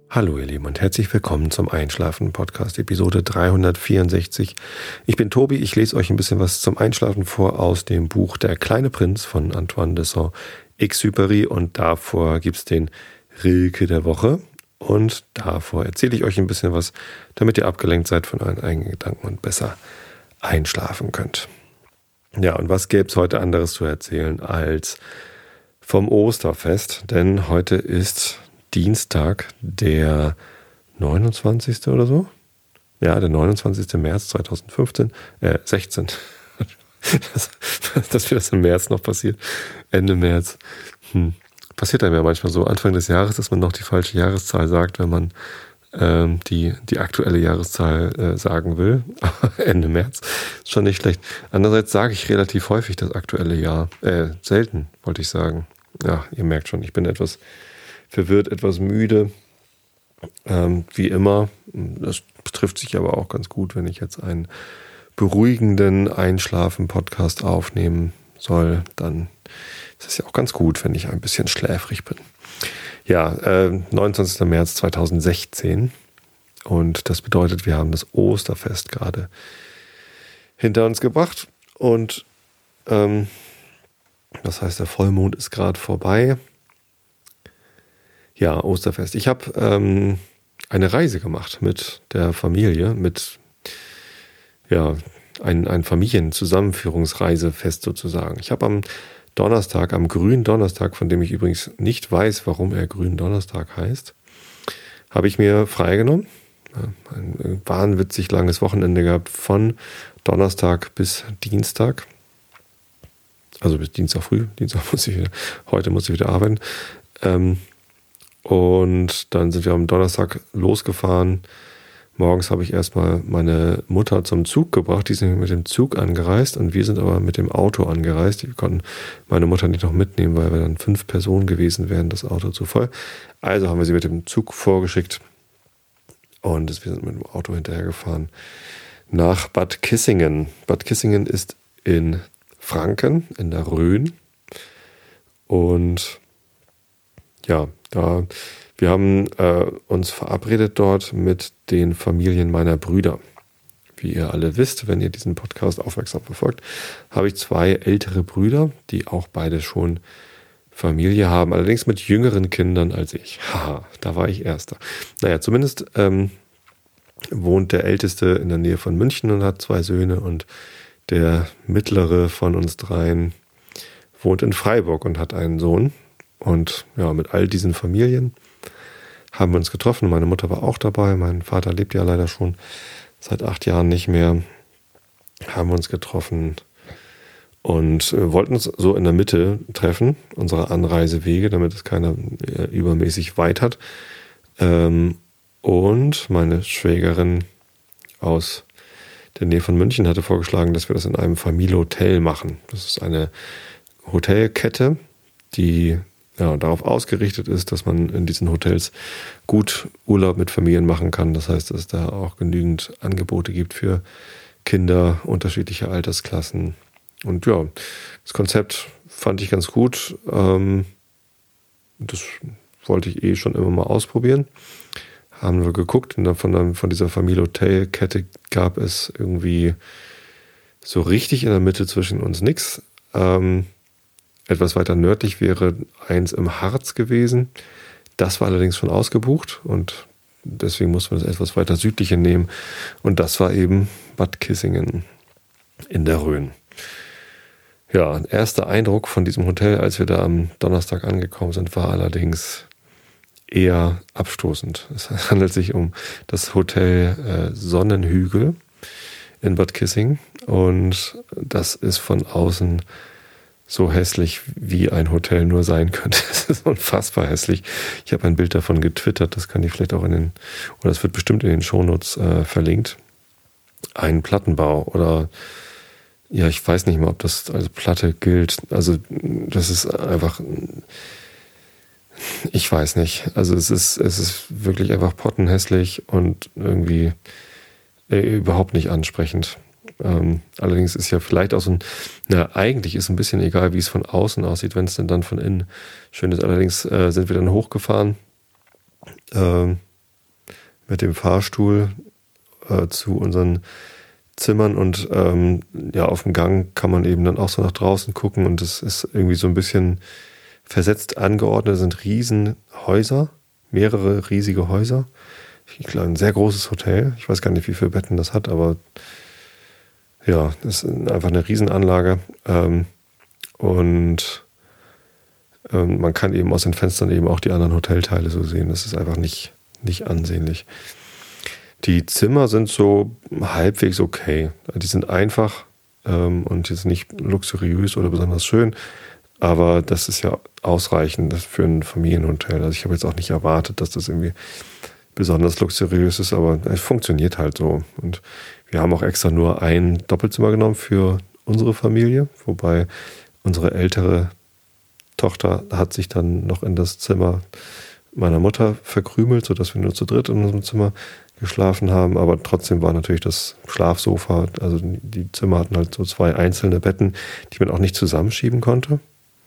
Hallo ihr Lieben und herzlich willkommen zum Einschlafen-Podcast, Episode 364. Ich bin Tobi, ich lese euch ein bisschen was zum Einschlafen vor aus dem Buch Der kleine Prinz von Antoine de Saint-Exupéry und davor gibt's den Rilke der Woche und davor erzähle ich euch ein bisschen was, damit ihr abgelenkt seid von euren eigenen Gedanken und besser einschlafen könnt. Ja, und was gäbe es heute anderes zu erzählen als vom Osterfest, denn heute ist Dienstag, der 29. oder so? Ja, der 29. März 16. Dass mir das im März noch passiert. Ende März. Passiert einem ja manchmal so. Anfang des Jahres, dass man noch die falsche Jahreszahl sagt, wenn man die aktuelle Jahreszahl sagen will. Ende März. Ist schon nicht schlecht. Andererseits sage ich relativ häufig das aktuelle Jahr. Selten, wollte ich sagen. Ja, ihr merkt schon, ich bin etwas verwirrt, etwas müde, wie immer. Das trifft sich aber auch ganz gut, wenn ich jetzt einen beruhigenden Einschlafen-Podcast aufnehmen soll, dann ist es ja auch ganz gut, wenn ich ein bisschen schläfrig bin. Ja, 29. März 2016 und das bedeutet, wir haben das Osterfest gerade hinter uns gebracht und das heißt, der Vollmond ist gerade vorbei. Ja, Osterfest. Ich habe eine Reise gemacht mit der Familie, mit ein Familienzusammenführungsreisefest sozusagen. Ich habe am Donnerstag, am grünen Donnerstag, von dem ich übrigens nicht weiß, warum er grünen Donnerstag heißt, habe ich mir freigenommen. Ein wahnwitzig langes Wochenende gehabt von Donnerstag bis Dienstag. Also bis Dienstag früh. Heute muss ich wieder arbeiten. Und dann sind wir am Donnerstag losgefahren. Morgens habe ich erstmal meine Mutter zum Zug gebracht. Die sind mit dem Zug angereist und wir sind aber mit dem Auto angereist. Wir konnten meine Mutter nicht noch mitnehmen, weil wir dann 5 Personen gewesen wären, das Auto zu voll. Also haben wir sie mit dem Zug vorgeschickt und wir sind mit dem Auto hinterhergefahren nach Bad Kissingen. Bad Kissingen ist in Franken, in der Rhön. Und ja, wir haben uns verabredet dort mit den Familien meiner Brüder. Wie ihr alle wisst, wenn ihr diesen Podcast aufmerksam verfolgt, habe ich 2 ältere Brüder, die auch beide schon Familie haben, allerdings mit jüngeren Kindern als ich. Haha, da war ich Erster. Naja, zumindest wohnt der Älteste in der Nähe von München und hat 2 Söhne und der mittlere von uns dreien wohnt in Freiburg und hat einen Sohn. Und ja, mit all diesen Familien haben wir uns getroffen. Meine Mutter war auch dabei. Mein Vater lebt ja leider schon seit 8 Jahren nicht mehr. Haben wir uns getroffen und wollten uns so in der Mitte treffen, unserer Anreisewege, damit es keiner übermäßig weit hat. Und meine Schwägerin aus der Nähe von München hatte vorgeschlagen, dass wir das in einem Familienhotel machen. Das ist eine Hotelkette, die darauf ausgerichtet ist, dass man in diesen Hotels gut Urlaub mit Familien machen kann. Das heißt, dass es da auch genügend Angebote gibt für Kinder unterschiedlicher Altersklassen. Und ja, das Konzept fand ich ganz gut. Das wollte ich schon immer mal ausprobieren. Haben wir geguckt und dann von dieser Familienhotelkette gab es irgendwie so richtig in der Mitte zwischen uns nichts. Etwas weiter nördlich wäre eins im Harz gewesen. Das war allerdings schon ausgebucht und deswegen mussten wir das etwas weiter südliche nehmen. Und das war eben Bad Kissingen in der Rhön. Ja, erster Eindruck von diesem Hotel, als wir da am Donnerstag angekommen sind, war allerdings eher abstoßend. Es handelt sich um das Hotel Sonnenhügel in Bad Kissingen und das ist von außen so hässlich, wie ein Hotel nur sein könnte. Es ist unfassbar hässlich. Ich habe ein Bild davon getwittert, das kann ich vielleicht auch das wird bestimmt in den Shownotes verlinkt. Ein Plattenbau oder ja, ich weiß nicht mehr, ob das als Platte gilt. Also das ist einfach, ich weiß nicht. Also es ist wirklich einfach pottenhässlich und irgendwie überhaupt nicht ansprechend. Allerdings ist ja vielleicht auch eigentlich ist ein bisschen egal, wie es von außen aussieht, wenn es denn dann von innen schön ist. Allerdings sind wir dann hochgefahren mit dem Fahrstuhl zu unseren Zimmern und auf dem Gang kann man eben dann auch so nach draußen gucken und es ist irgendwie so ein bisschen versetzt angeordnet. Es sind Riesenhäuser, mehrere riesige Häuser. Ich glaube, ein sehr großes Hotel. Ich weiß gar nicht, wie viele Betten das hat, aber ja, das ist einfach eine Riesenanlage. Und man kann eben aus den Fenstern eben auch die anderen Hotelteile so sehen. Das ist einfach nicht ansehnlich. Die Zimmer sind so halbwegs okay. Die sind einfach und jetzt nicht luxuriös oder besonders schön, aber das ist ja ausreichend für ein Familienhotel. Also ich habe jetzt auch nicht erwartet, dass das irgendwie besonders luxuriös ist, aber es funktioniert halt so. Und wir haben auch extra nur ein Doppelzimmer genommen für unsere Familie, wobei unsere ältere Tochter hat sich dann noch in das Zimmer meiner Mutter verkrümelt, sodass wir nur zu dritt in unserem Zimmer geschlafen haben, aber trotzdem war natürlich das Schlafsofa, also die Zimmer hatten halt so 2 einzelne Betten, die man auch nicht zusammenschieben konnte.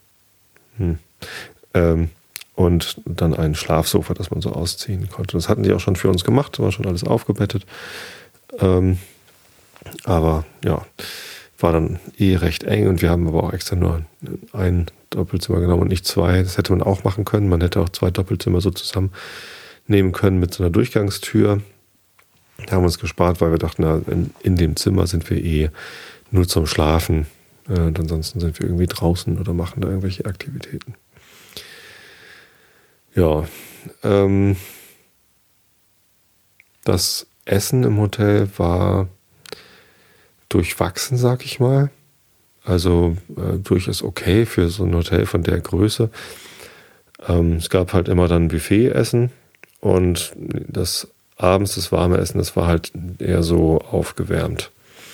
Und dann ein Schlafsofa, das man so ausziehen konnte. Das hatten die auch schon für uns gemacht, war schon alles aufgebettet. Aber ja, war dann recht eng und wir haben aber auch extra nur ein Doppelzimmer genommen und nicht 2. Das hätte man auch machen können. Man hätte auch 2 Doppelzimmer so zusammen nehmen können mit so einer Durchgangstür. Da haben wir uns gespart, weil wir dachten, in dem Zimmer sind wir nur zum Schlafen. Und ansonsten sind wir irgendwie draußen oder machen da irgendwelche Aktivitäten. Ja, das Essen im Hotel war durchwachsen, sag ich mal. Also durchaus okay für so ein Hotel von der Größe. Es gab halt immer dann Buffet-Essen und abends das warme Essen, das war halt eher so aufgewärmt.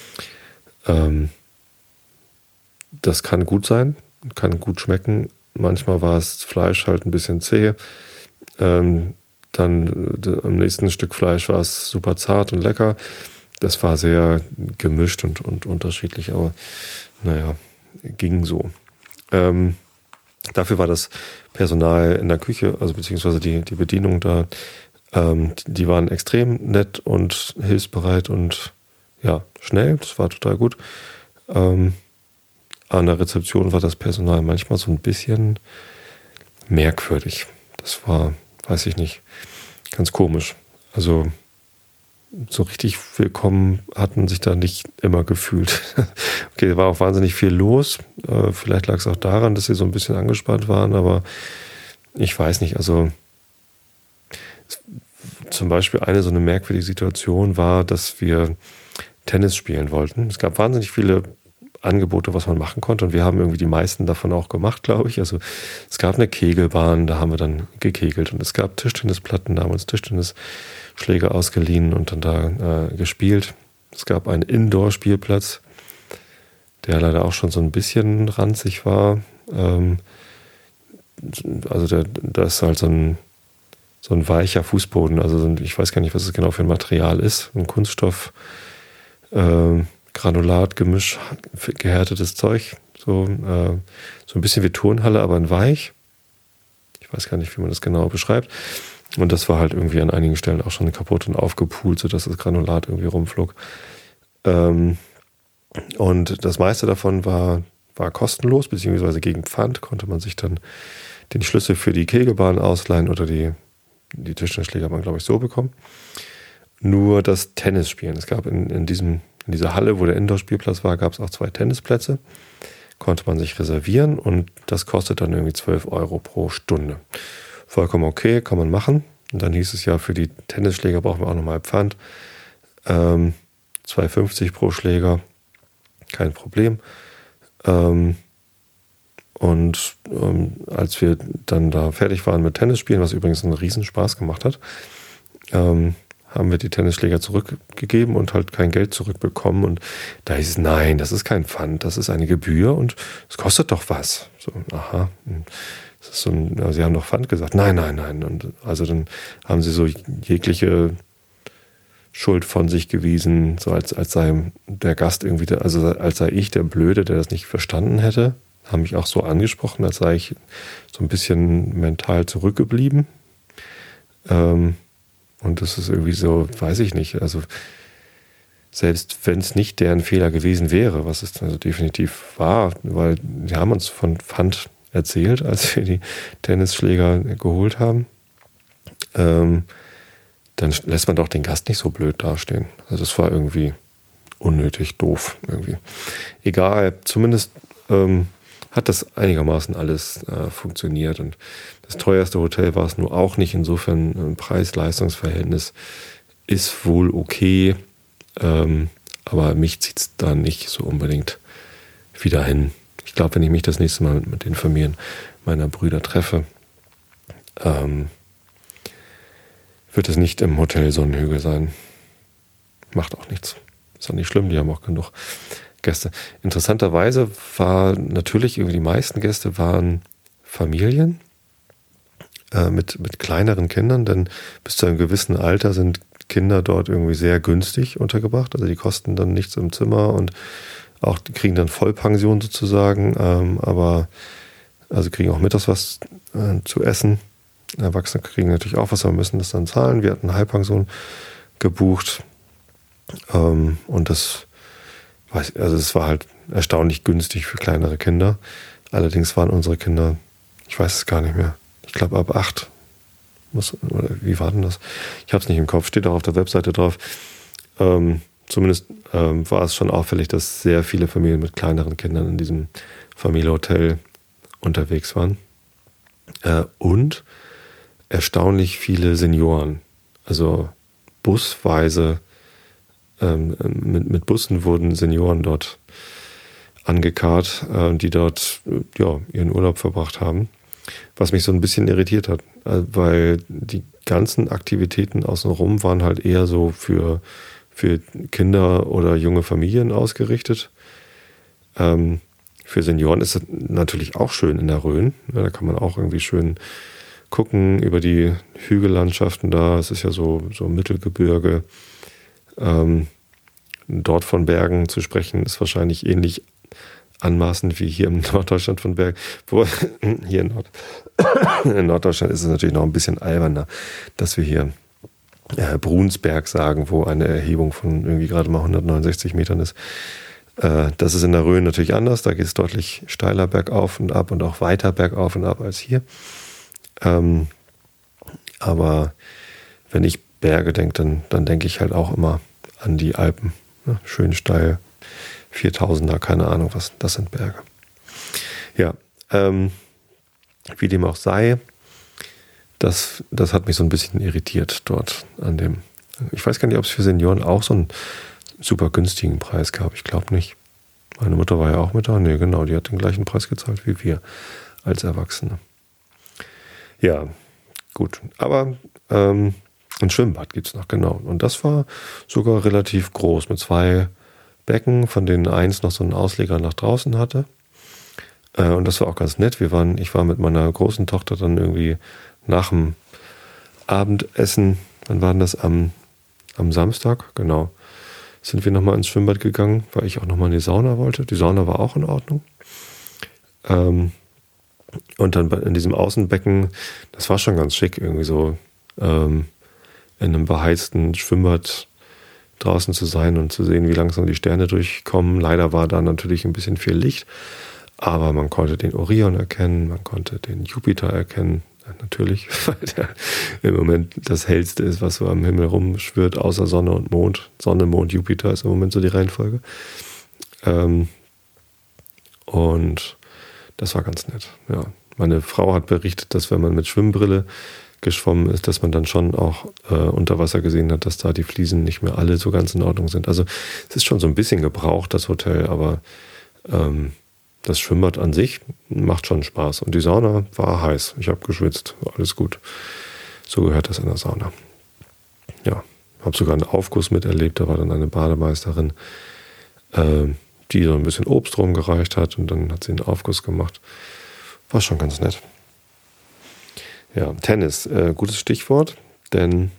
Das kann gut sein, kann gut schmecken. Manchmal war das Fleisch halt ein bisschen zäh. Dann am nächsten Stück Fleisch war es super zart und lecker. Das war sehr gemischt und unterschiedlich, aber naja, ging so. Dafür war das Personal in der Küche, also beziehungsweise die Bedienung da, die waren extrem nett und hilfsbereit und ja, schnell. Das war total gut. An der Rezeption war das Personal manchmal so ein bisschen merkwürdig. Das war, weiß ich nicht, ganz komisch. Also so richtig willkommen hat man sich da nicht immer gefühlt. Okay, war auch wahnsinnig viel los. Vielleicht lag es auch daran, dass sie so ein bisschen angespannt waren, aber ich weiß nicht. Also zum Beispiel so eine merkwürdige Situation war, dass wir Tennis spielen wollten. Es gab wahnsinnig viele Angebote, was man machen konnte und wir haben irgendwie die meisten davon auch gemacht, glaube ich. Also es gab eine Kegelbahn, da haben wir dann gekegelt und es gab Tischtennisplatten, da haben wir uns Tischtennisschläge ausgeliehen und dann da gespielt. Es gab einen Indoor-Spielplatz, der leider auch schon so ein bisschen ranzig war. Also da ist halt so ein weicher Fußboden, also ich weiß gar nicht, was es genau für ein Material ist, ein Kunststoff, Granulat, Gemisch, gehärtetes Zeug, so ein bisschen wie Turnhalle, aber in weich. Ich weiß gar nicht, wie man das genau beschreibt. Und das war halt irgendwie an einigen Stellen auch schon kaputt und aufgepult, sodass das Granulat irgendwie rumflog. Und das meiste davon war kostenlos, beziehungsweise gegen Pfand konnte man sich dann den Schlüssel für die Kegelbahn ausleihen oder die Tischtennisschläge hat man, glaube ich, so bekommen. Nur das Tennisspielen. Es gab in dieser Halle, wo der Indoor-Spielplatz war, gab es auch 2 Tennisplätze. Konnte man sich reservieren und das kostet dann irgendwie 12 Euro pro Stunde. Vollkommen okay, kann man machen. Und dann hieß es ja, für die Tennisschläger brauchen wir auch nochmal Pfand. 2,50 pro Schläger, kein Problem. Als wir dann da fertig waren mit Tennisspielen, was übrigens einen riesen Spaß gemacht hat, haben wir die Tennisschläger zurückgegeben und halt kein Geld zurückbekommen. Und da hieß es, nein, das ist kein Pfand, das ist eine Gebühr und es kostet doch was. So, aha. Das ist sie haben doch Pfand gesagt. Nein. Und also dann haben sie so jegliche Schuld von sich gewiesen, so als sei der Gast irgendwie, als sei ich der Blöde, der das nicht verstanden hätte. Haben mich auch so angesprochen, als sei ich so ein bisschen mental zurückgeblieben. Und das ist irgendwie so, weiß ich nicht, also selbst wenn es nicht deren Fehler gewesen wäre, was es also definitiv war, weil wir haben uns von Pfand erzählt, als wir die Tennisschläger geholt haben, dann lässt man doch den Gast nicht so blöd dastehen. Also das war irgendwie unnötig doof irgendwie. Egal, zumindest hat das einigermaßen alles funktioniert. Und das teuerste Hotel war es nur auch nicht. Insofern ein Preis-Leistungs-Verhältnis ist wohl okay. Aber mich zieht es da nicht so unbedingt wieder hin. Ich glaube, wenn ich mich das nächste Mal mit den Familien meiner Brüder treffe, wird es nicht im Hotel Sonnenhügel sein. Macht auch nichts. Ist auch nicht schlimm, die haben auch genug Gäste. Interessanterweise war natürlich irgendwie die meisten Gäste waren Familien mit kleineren Kindern, denn bis zu einem gewissen Alter sind Kinder dort irgendwie sehr günstig untergebracht. Also die kosten dann nichts im Zimmer und auch die kriegen dann Vollpension sozusagen, aber also kriegen auch mittags was zu essen. Erwachsene kriegen natürlich auch was, aber müssen das dann zahlen. Wir hatten Halbpension gebucht und das war halt erstaunlich günstig für kleinere Kinder. Allerdings waren unsere Kinder, ich weiß es gar nicht mehr, ich glaube ab 8. Oder wie war denn das? Ich habe es nicht im Kopf, steht auch auf der Webseite drauf. Zumindest war es schon auffällig, dass sehr viele Familien mit kleineren Kindern in diesem Familienhotel unterwegs waren. Und erstaunlich viele Senioren. Also busweise, mit Bussen wurden Senioren dort angekarrt, die dort ihren Urlaub verbracht haben. Was mich so ein bisschen irritiert hat, weil die ganzen Aktivitäten außenrum waren halt eher so für Kinder oder junge Familien ausgerichtet. Für Senioren ist es natürlich auch schön in der Rhön. Ja, da kann man auch irgendwie schön gucken über die Hügellandschaften da. Es ist ja so Mittelgebirge. Dort von Bergen zu sprechen, ist wahrscheinlich ähnlich anmaßend wie hier im Norddeutschland von Bergen. Wobei hier in Norddeutschland ist es natürlich noch ein bisschen alberner, dass wir hier Brunsberg sagen, wo eine Erhebung von irgendwie gerade mal 169 Metern ist. Das ist in der Rhön natürlich anders. Da geht es deutlich steiler bergauf und ab und auch weiter bergauf und ab als hier. Aber wenn ich Berge denke, dann denke ich halt auch immer an die Alpen. Ja, schön steil, 4000er, keine Ahnung, was das sind Berge. Ja, wie dem auch sei, das hat mich so ein bisschen irritiert dort an dem. Ich weiß gar nicht, ob es für Senioren auch so einen super günstigen Preis gab. Ich glaube nicht. Meine Mutter war ja auch mit da. Nee, genau, die hat den gleichen Preis gezahlt wie wir als Erwachsene. Ja, gut. Aber ein Schwimmbad gibt es noch, genau. Und das war sogar relativ groß mit 2 Becken, von denen eins noch so einen Ausleger nach draußen hatte. Und das war auch ganz nett. Ich war mit meiner großen Tochter dann irgendwie nach dem Abendessen, wann war denn das? Am Samstag, genau, sind wir nochmal ins Schwimmbad gegangen, weil ich auch nochmal in die Sauna wollte. Die Sauna war auch in Ordnung. Und dann in diesem Außenbecken, das war schon ganz schick, irgendwie so in einem beheizten Schwimmbad draußen zu sein und zu sehen, wie langsam die Sterne durchkommen. Leider war da natürlich ein bisschen viel Licht, aber man konnte den Orion erkennen, man konnte den Jupiter erkennen, natürlich, weil der im Moment das Hellste ist, was so am Himmel rumschwirrt, außer Sonne und Mond. Sonne, Mond, Jupiter ist im Moment so die Reihenfolge. Und das war ganz nett. Ja. Meine Frau hat berichtet, dass wenn man mit Schwimmbrille geschwommen ist, dass man dann schon auch unter Wasser gesehen hat, dass da die Fliesen nicht mehr alle so ganz in Ordnung sind. Also es ist schon so ein bisschen gebraucht, das Hotel, aber das Schwimmbad an sich macht schon Spaß. Und die Sauna war heiß. Ich habe geschwitzt. Alles gut. So gehört das in der Sauna. Ja, habe sogar einen Aufguss miterlebt. Da war dann eine Bademeisterin, die so ein bisschen Obst rumgereicht hat. Und dann hat sie einen Aufguss gemacht. War schon ganz nett. Ja, Tennis. Gutes Stichwort. Denn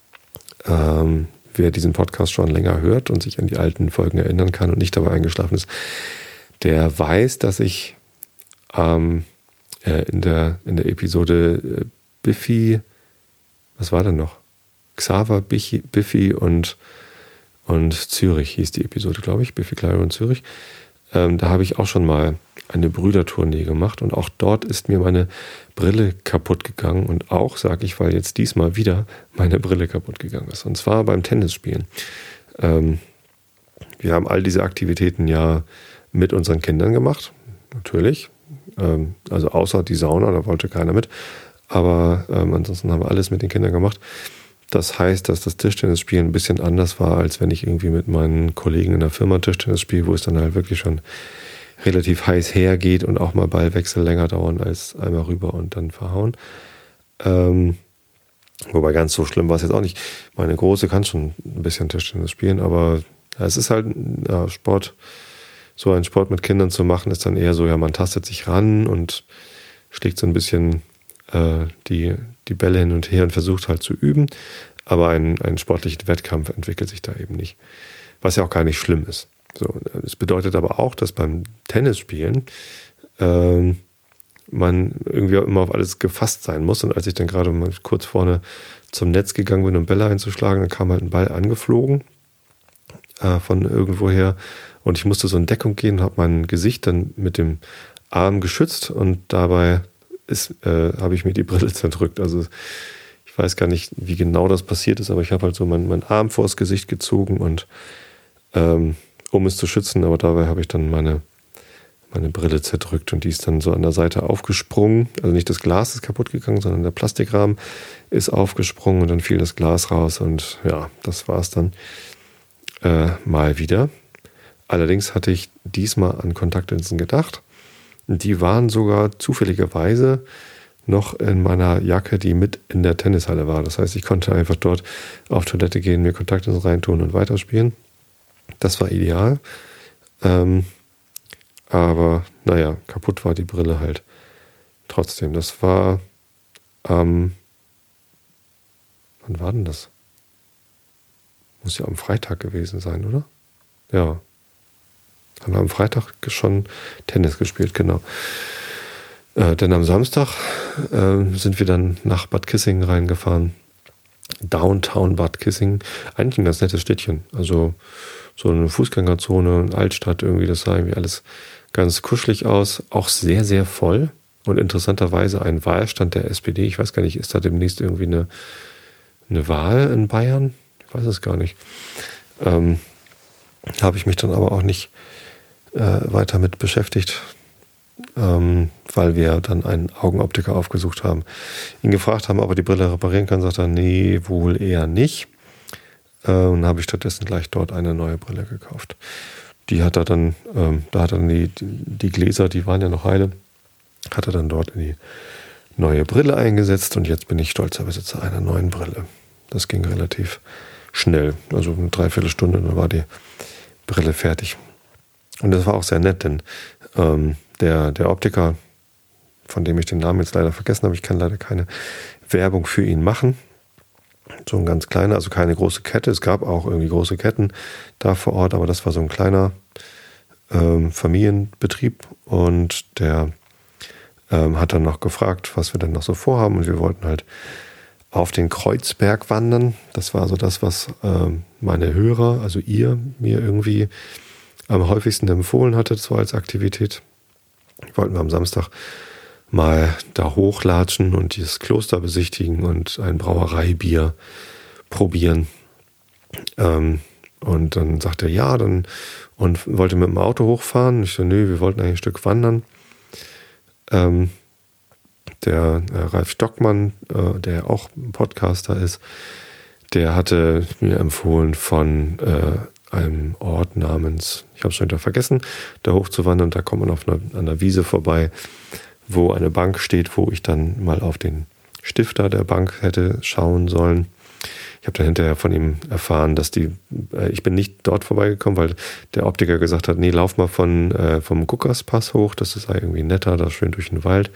wer diesen Podcast schon länger hört und sich an die alten Folgen erinnern kann und nicht dabei eingeschlafen ist, der weiß, dass ich in der Episode Biffy, was war denn noch? Xaver, Biffy und Zürich hieß die Episode, glaube ich. Biffy Clyro und Zürich. Da habe ich auch schon mal eine Brüdertournee gemacht und auch dort ist mir meine Brille kaputt gegangen und auch, sage ich, weil jetzt diesmal wieder meine Brille kaputt gegangen ist. Und zwar beim Tennisspielen. Wir haben all diese Aktivitäten ja mit unseren Kindern gemacht, natürlich. Also außer die Sauna, da wollte keiner mit. Aber ansonsten haben wir alles mit den Kindern gemacht. Das heißt, dass das Tischtennisspielen ein bisschen anders war, als wenn ich irgendwie mit meinen Kollegen in der Firma Tischtennis spiele, wo es dann halt wirklich schon relativ heiß hergeht und auch mal Ballwechsel länger dauern als einmal rüber und dann verhauen. Wobei ganz so schlimm war es jetzt auch nicht. Meine Große kann schon ein bisschen Tischtennis spielen, aber es ist halt Sport. So einen Sport mit Kindern zu machen, ist dann eher so, ja, man tastet sich ran und schlägt so ein bisschen die Bälle hin und her und versucht halt zu üben. Aber ein sportlicher Wettkampf entwickelt sich da eben nicht. Was ja auch gar nicht schlimm ist. So, das bedeutet aber auch, dass beim Tennisspielen man irgendwie auch immer auf alles gefasst sein muss. Und als ich dann gerade mal kurz vorne zum Netz gegangen bin, um Bälle einzuschlagen, dann kam halt ein Ball angeflogen von irgendwoher. Und ich musste so in Deckung gehen und habe mein Gesicht dann mit dem Arm geschützt und dabei habe ich mir die Brille zerdrückt. Also ich weiß gar nicht, wie genau das passiert ist, aber ich habe halt so meinen Arm vors Gesicht gezogen und um es zu schützen, aber dabei habe ich dann meine Brille zerdrückt und die ist dann so an der Seite aufgesprungen. Also nicht das Glas ist kaputt gegangen, sondern der Plastikrahmen ist aufgesprungen und dann fiel das Glas raus und ja, das war es dann mal wieder. Allerdings hatte ich diesmal an Kontaktlinsen gedacht. Die waren sogar zufälligerweise noch in meiner Jacke, die mit in der Tennishalle war. Das heißt, ich konnte einfach dort auf Toilette gehen, mir Kontaktlinsen reintun und weiterspielen. Das war ideal. Aber naja, kaputt war die Brille halt trotzdem. Das war wann war denn das? Muss ja am Freitag gewesen sein, oder? Ja. Haben wir am Freitag schon Tennis gespielt, genau. Denn am Samstag sind wir dann nach Bad Kissingen reingefahren. Downtown Bad Kissingen. Eigentlich ein ganz nettes Städtchen. Also so eine Fußgängerzone, eine Altstadt irgendwie. Das sah irgendwie alles ganz kuschelig aus. Auch sehr, sehr voll. Und interessanterweise ein Wahlstand der SPD. Ich weiß gar nicht, ist da demnächst irgendwie eine Wahl in Bayern? Ich weiß es gar nicht. Habe ich mich dann aber auch nicht weiter mit beschäftigt, weil wir dann einen Augenoptiker aufgesucht haben, ihn gefragt haben, ob er die Brille reparieren kann, sagt er, nee, wohl eher nicht. Und habe ich stattdessen gleich dort eine neue Brille gekauft. Die hat er dann, da hat er dann die Gläser, die waren ja noch heile, hat er dann dort in die neue Brille eingesetzt und jetzt bin ich stolzer Besitzer einer neuen Brille. Das ging relativ schnell, also eine Dreiviertelstunde, dann war die Brille fertig. Und das war auch sehr nett, denn der Optiker, von dem ich den Namen jetzt leider vergessen habe, ich kann leider keine Werbung für ihn machen. So ein ganz kleiner, also keine große Kette. Es gab auch irgendwie große Ketten da vor Ort, aber das war so ein kleiner Familienbetrieb und der hat dann noch gefragt, was wir denn noch so vorhaben und wir wollten halt auf den Kreuzberg wandern. Das war so das, was meine Hörer, also ihr, mir irgendwie am häufigsten empfohlen hatte, so als Aktivität. Wollten wir am Samstag mal da hochlatschen und dieses Kloster besichtigen und ein Brauereibier probieren. Und dann sagte er, ja, dann und wollte mit dem Auto hochfahren. Ich so, nö, wir wollten eigentlich ein Stück wandern. Der Ralf Stockmann, der auch Podcaster ist, der hatte mir empfohlen von einem Ort namens, ich habe es schon wieder vergessen, da hochzuwandern. Da kommt man an einer Wiese vorbei, wo eine Bank steht, wo ich dann mal auf den Stifter der Bank hätte schauen sollen. Ich habe dann hinterher von ihm erfahren, dass ich bin nicht dort vorbeigekommen, weil der Optiker gesagt hat, nee, lauf mal vom Guckerspass hoch, das ist irgendwie netter, da schön durch den Wald.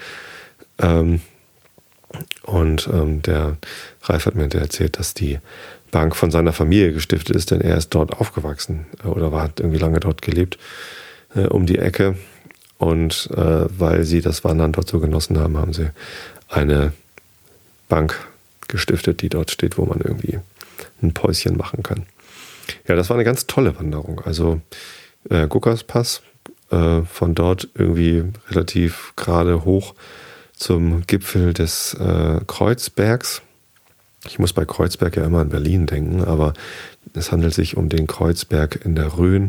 Der Ralf hat mir erzählt, dass die Bank von seiner Familie gestiftet ist, denn er ist dort aufgewachsen oder hat irgendwie lange dort gelebt, um die Ecke. Und weil sie das Wandern dort so genossen haben, haben sie eine Bank gestiftet, die dort steht, wo man irgendwie ein Päuschen machen kann. Ja, das war eine ganz tolle Wanderung. Also Guckerspass, von dort irgendwie relativ gerade hoch zum Gipfel des Kreuzbergs. Ich muss bei Kreuzberg ja immer an Berlin denken, aber es handelt sich um den Kreuzberg in der Rhön.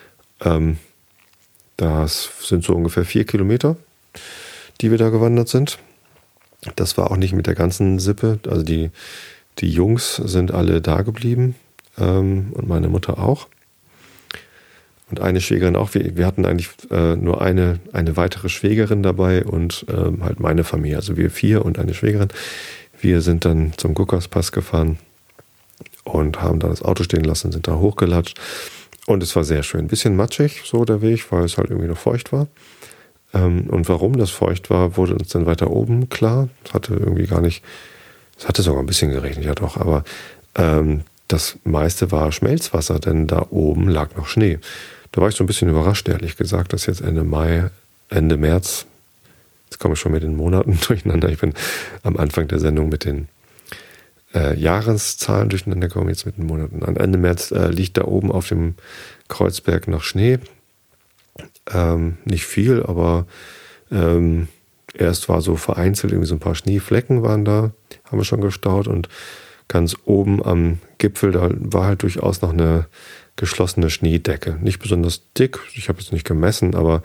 Das sind so ungefähr 4 Kilometer, die wir da gewandert sind. Das war auch nicht mit der ganzen Sippe. Also die Jungs sind alle da geblieben und meine Mutter auch. Und eine Schwägerin auch. Wir hatten eigentlich nur eine weitere Schwägerin dabei und halt meine Familie. Also wir 4 und eine Schwägerin. Wir sind dann zum Guckerspass gefahren und haben da das Auto stehen lassen, sind da hochgelatscht. Und es war sehr schön. Ein bisschen matschig, so der Weg, weil es halt irgendwie noch feucht war. Und warum das feucht war, wurde uns dann weiter oben klar. Es hatte sogar ein bisschen geregnet, ja doch, aber das meiste war Schmelzwasser, denn da oben lag noch Schnee. Da war ich so ein bisschen überrascht, ehrlich gesagt, dass jetzt Ende März, jetzt komme ich schon mit den Monaten durcheinander, ich bin am Anfang der Sendung mit den Jahreszahlen durcheinander gekommen, jetzt mit den Monaten. An Ende März liegt da oben auf dem Kreuzberg noch Schnee. Nicht viel, aber erst war so vereinzelt, irgendwie so ein paar Schneeflecken waren da, haben wir schon gestaut und ganz oben am Gipfel, da war halt durchaus noch eine geschlossene Schneedecke. Nicht besonders dick, ich habe jetzt nicht gemessen, aber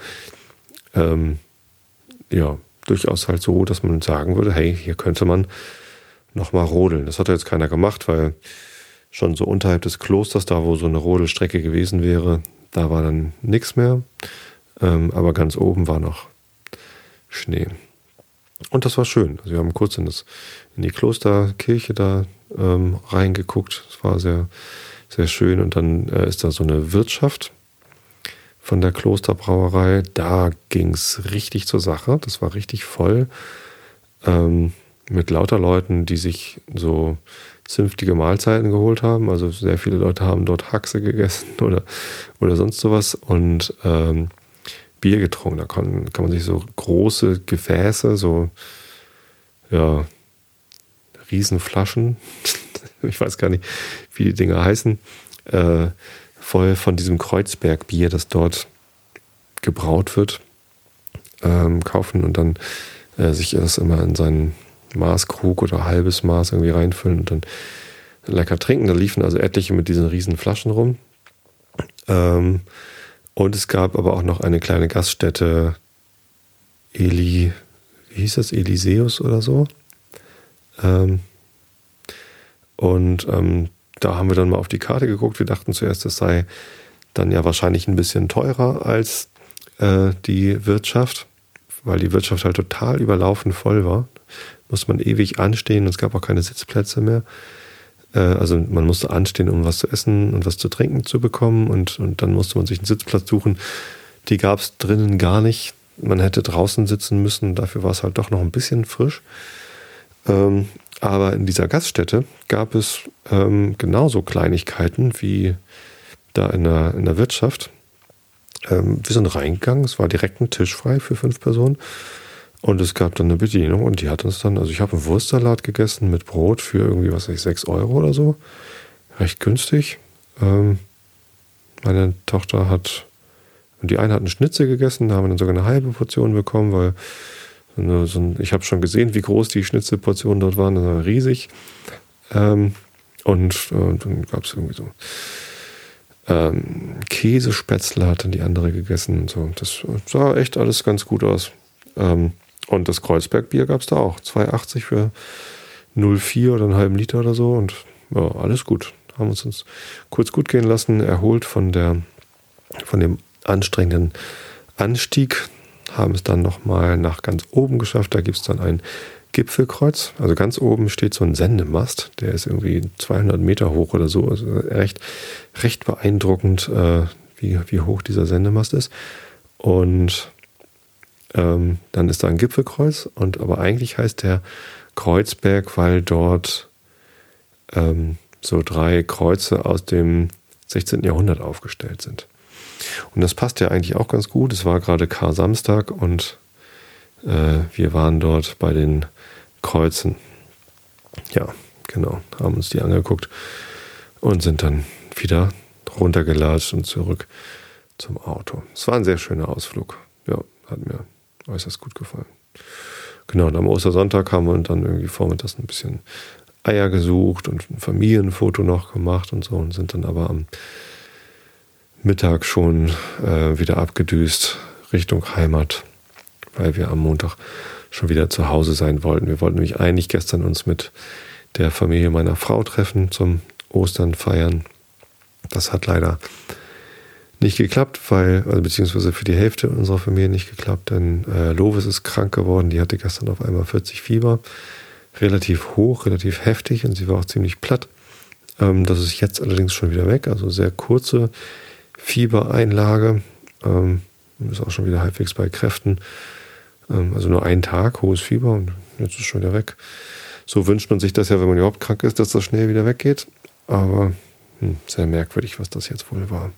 ja, durchaus halt so, dass man sagen würde, hey, hier könnte man nochmal rodeln. Das hat jetzt keiner gemacht, weil schon so unterhalb des Klosters, da wo so eine Rodelstrecke gewesen wäre, da war dann nichts mehr. Aber ganz oben war noch Schnee. Und das war schön. Also wir haben kurz in die Klosterkirche da reingeguckt. Es war sehr, sehr schön. Und dann ist da so eine Wirtschaft von der Klosterbrauerei. Da ging es richtig zur Sache. Das war richtig voll. Mit lauter Leuten, die sich so zünftige Mahlzeiten geholt haben. Also sehr viele Leute haben dort Haxe gegessen oder sonst sowas. Und Bier getrunken. Da kann man sich so große Gefäße, so ja, Riesenflaschen, ich weiß gar nicht, wie die Dinger heißen, voll von diesem Kreuzbergbier, das dort gebraut wird, kaufen und dann sich das immer in seinen Maßkrug oder halbes Maß irgendwie reinfüllen und dann lecker trinken. Da liefen also etliche mit diesen riesen Flaschen rum. Und es gab aber auch noch eine kleine Gaststätte, wie hieß das, Eliseus oder so. Da haben wir dann mal auf die Karte geguckt. Wir dachten zuerst, es sei dann ja wahrscheinlich ein bisschen teurer als die Wirtschaft, weil die Wirtschaft halt total überlaufen voll war. Musste man ewig anstehen und es gab auch keine Sitzplätze mehr. Also man musste anstehen, um was zu essen und was zu trinken zu bekommen und dann musste man sich einen Sitzplatz suchen. Die gab es drinnen gar nicht. Man hätte draußen sitzen müssen, dafür war es halt doch noch ein bisschen frisch. Aber in dieser Gaststätte gab es genauso Kleinigkeiten wie da in der Wirtschaft. Wir sind reingegangen, es war direkt ein Tisch frei für 5 Personen. Und es gab dann eine Bedienung und die hat uns dann, also ich habe einen Wurstsalat gegessen mit Brot für irgendwie, 6 Euro oder so. Recht günstig. Meine Tochter und die eine hat einen Schnitzel gegessen, da haben wir dann sogar eine halbe Portion bekommen, weil ich habe schon gesehen, wie groß die Schnitzelportionen dort waren, das war riesig. Und dann gab es irgendwie so Käsespätzle hat dann die andere gegessen und so. Das sah echt alles ganz gut aus. Und das Kreuzbergbier gab es da auch. 2,80 für 0,4 oder einen halben Liter oder so. Und ja, alles gut. Haben uns kurz gut gehen lassen, erholt von dem anstrengenden Anstieg. Haben es dann nochmal nach ganz oben geschafft. Da gibt es dann ein Gipfelkreuz. Also ganz oben steht so ein Sendemast. Der ist irgendwie 200 Meter hoch oder so. Also recht beeindruckend, wie hoch dieser Sendemast ist. Und dann ist da ein Gipfelkreuz, aber eigentlich heißt der Kreuzberg, weil dort so 3 Kreuze aus dem 16. Jahrhundert aufgestellt sind. Und das passt ja eigentlich auch ganz gut. Es war gerade Kar-Samstag und wir waren dort bei den Kreuzen. Ja, genau, haben uns die angeguckt und sind dann wieder runtergelatscht und zurück zum Auto. Es war ein sehr schöner Ausflug. Ja, hat mir äußerst gut gefallen. Genau, und am Ostersonntag haben wir dann irgendwie vormittags ein bisschen Eier gesucht und ein Familienfoto noch gemacht und so und sind dann aber am Mittag schon wieder abgedüst Richtung Heimat, weil wir am Montag schon wieder zu Hause sein wollten. Wir wollten nämlich eigentlich gestern uns mit der Familie meiner Frau treffen zum Ostern feiern. Das hat leider nicht geklappt, beziehungsweise für die Hälfte unserer Familie nicht geklappt, denn Lovis ist krank geworden. Die hatte gestern auf einmal 40 Fieber. Relativ hoch, relativ heftig und sie war auch ziemlich platt. Das ist jetzt allerdings schon wieder weg, also sehr kurze Fiebereinlage. Ist auch schon wieder halbwegs bei Kräften. Also nur einen Tag, hohes Fieber und jetzt ist es schon wieder weg. So wünscht man sich das ja, wenn man überhaupt krank ist, dass das schnell wieder weggeht. Aber sehr merkwürdig, was das jetzt wohl war.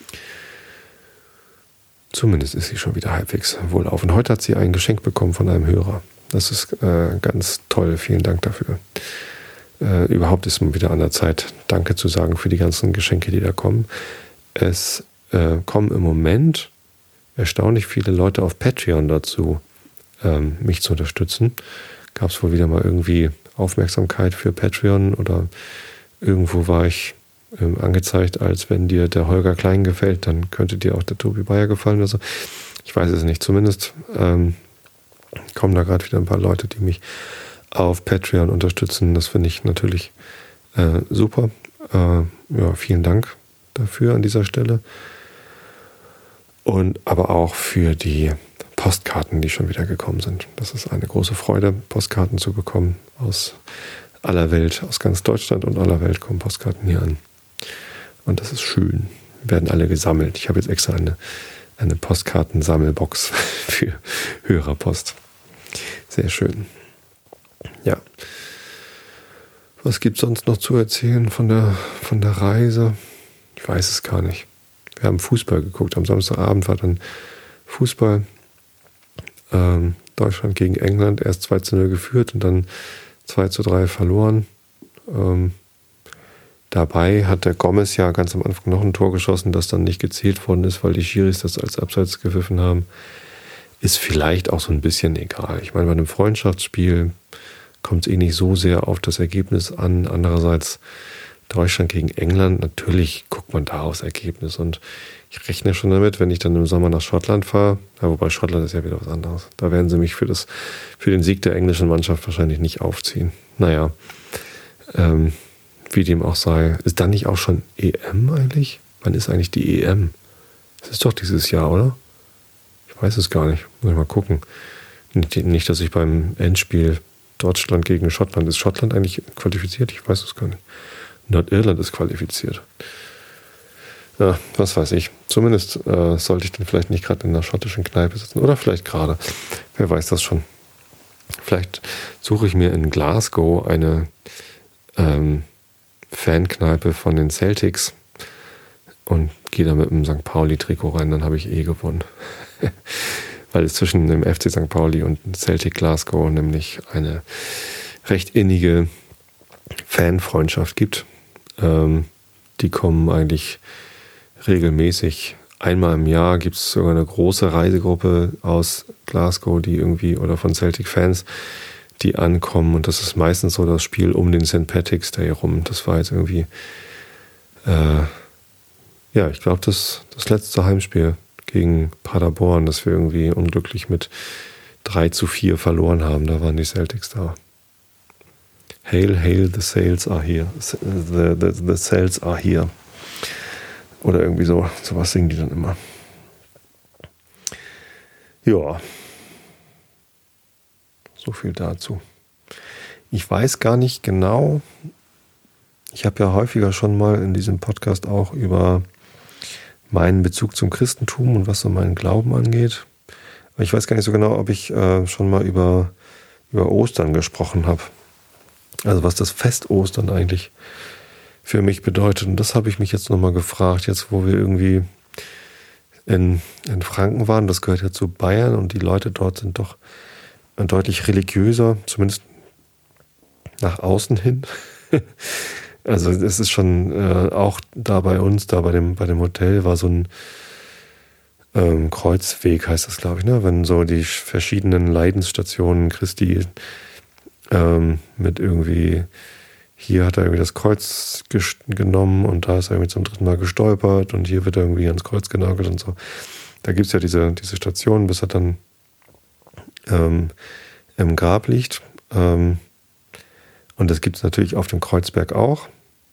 Zumindest ist sie schon wieder halbwegs wohlauf. Und heute hat sie ein Geschenk bekommen von einem Hörer. Das ist ganz toll. Vielen Dank dafür. Überhaupt ist es wieder an der Zeit, Danke zu sagen für die ganzen Geschenke, die da kommen. Es kommen im Moment erstaunlich viele Leute auf Patreon dazu, mich zu unterstützen. Gab es wohl wieder mal irgendwie Aufmerksamkeit für Patreon oder irgendwo war ich angezeigt, als wenn dir der Holger Klein gefällt, dann könnte dir auch der Tobi Bayer gefallen oder so. Ich weiß es nicht. Zumindest kommen da gerade wieder ein paar Leute, die mich auf Patreon unterstützen. Das finde ich natürlich super. Ja, vielen Dank dafür an dieser Stelle. Und aber auch für die Postkarten, die schon wieder gekommen sind. Das ist eine große Freude, Postkarten zu bekommen aus aller Welt, aus ganz Deutschland und aller Welt kommen Postkarten hier an. Und das ist schön. Werden alle gesammelt. Ich habe jetzt extra eine Postkartensammelbox für Hörerpost. Sehr schön. Ja. Was gibt es sonst noch zu erzählen von der Reise? Ich weiß es gar nicht. Wir haben Fußball geguckt. Am Samstagabend war dann Fußball. Deutschland gegen England. Erst 2-0 geführt und dann 2-3 verloren. Dabei hat der Gomez ja ganz am Anfang noch ein Tor geschossen, das dann nicht gezählt worden ist, weil die Schiris das als Abseits gepfiffen haben. Ist vielleicht auch so ein bisschen egal. Ich meine, bei einem Freundschaftsspiel kommt es nicht so sehr auf das Ergebnis an. Andererseits Deutschland gegen England, natürlich guckt man da aufs Ergebnis. Und ich rechne schon damit, wenn ich dann im Sommer nach Schottland fahre, wobei Schottland ist ja wieder was anderes. Da werden sie mich für den Sieg der englischen Mannschaft wahrscheinlich nicht aufziehen. Naja, wie dem auch sei. Ist dann nicht auch schon EM eigentlich? Wann ist eigentlich die EM? Das ist doch dieses Jahr, oder? Ich weiß es gar nicht. Muss ich mal gucken. Nicht, dass ich beim Endspiel Deutschland gegen Schottland. Ist Schottland eigentlich qualifiziert? Ich weiß es gar nicht. Nordirland ist qualifiziert. Ja, was weiß ich. Zumindest sollte ich dann vielleicht nicht gerade in einer schottischen Kneipe sitzen. Oder vielleicht gerade. Wer weiß das schon. Vielleicht suche ich mir in Glasgow eine Fankneipe von den Celtics und gehe da mit einem St. Pauli-Trikot rein. Dann habe ich gewonnen. Weil es zwischen dem FC St. Pauli und Celtic Glasgow nämlich eine recht innige Fanfreundschaft gibt. Die kommen eigentlich regelmäßig. Einmal im Jahr gibt es sogar eine große Reisegruppe aus Glasgow, die irgendwie, oder von Celtic-Fans, die ankommen. Und das ist meistens so das Spiel um den St. Patrick's Day rum. Das war jetzt irgendwie, ich glaube, das letzte Heimspiel gegen Paderborn, dass wir irgendwie unglücklich mit 3-4 verloren haben. Da waren die Celtics da. Hail, hail, the Sails are here. The Sails are here. Oder irgendwie sowas singen die dann immer. Ja. So viel dazu. Ich weiß gar nicht genau. Ich habe ja häufiger schon mal in diesem Podcast auch über meinen Bezug zum Christentum und was so meinen Glauben angeht. Aber ich weiß gar nicht so genau, ob ich schon mal über Ostern gesprochen habe. Also was das Fest Ostern eigentlich für mich bedeutet. Und das habe ich mich jetzt nochmal gefragt, jetzt wo wir irgendwie in Franken waren. Das gehört ja zu Bayern und die Leute dort sind doch deutlich religiöser, zumindest nach außen hin. Also es ist schon auch da bei uns, da bei dem Hotel war so ein Kreuzweg, heißt das, glaube ich, ne? Wenn so die verschiedenen Leidensstationen Christi mit irgendwie, hier hat er irgendwie das Kreuz genommen und da ist er irgendwie zum 3. Mal gestolpert und hier wird er irgendwie ans Kreuz genagelt und so. Da gibt es ja diese Stationen, bis er dann im Grab liegt. Und das gibt es natürlich auf dem Kreuzberg auch.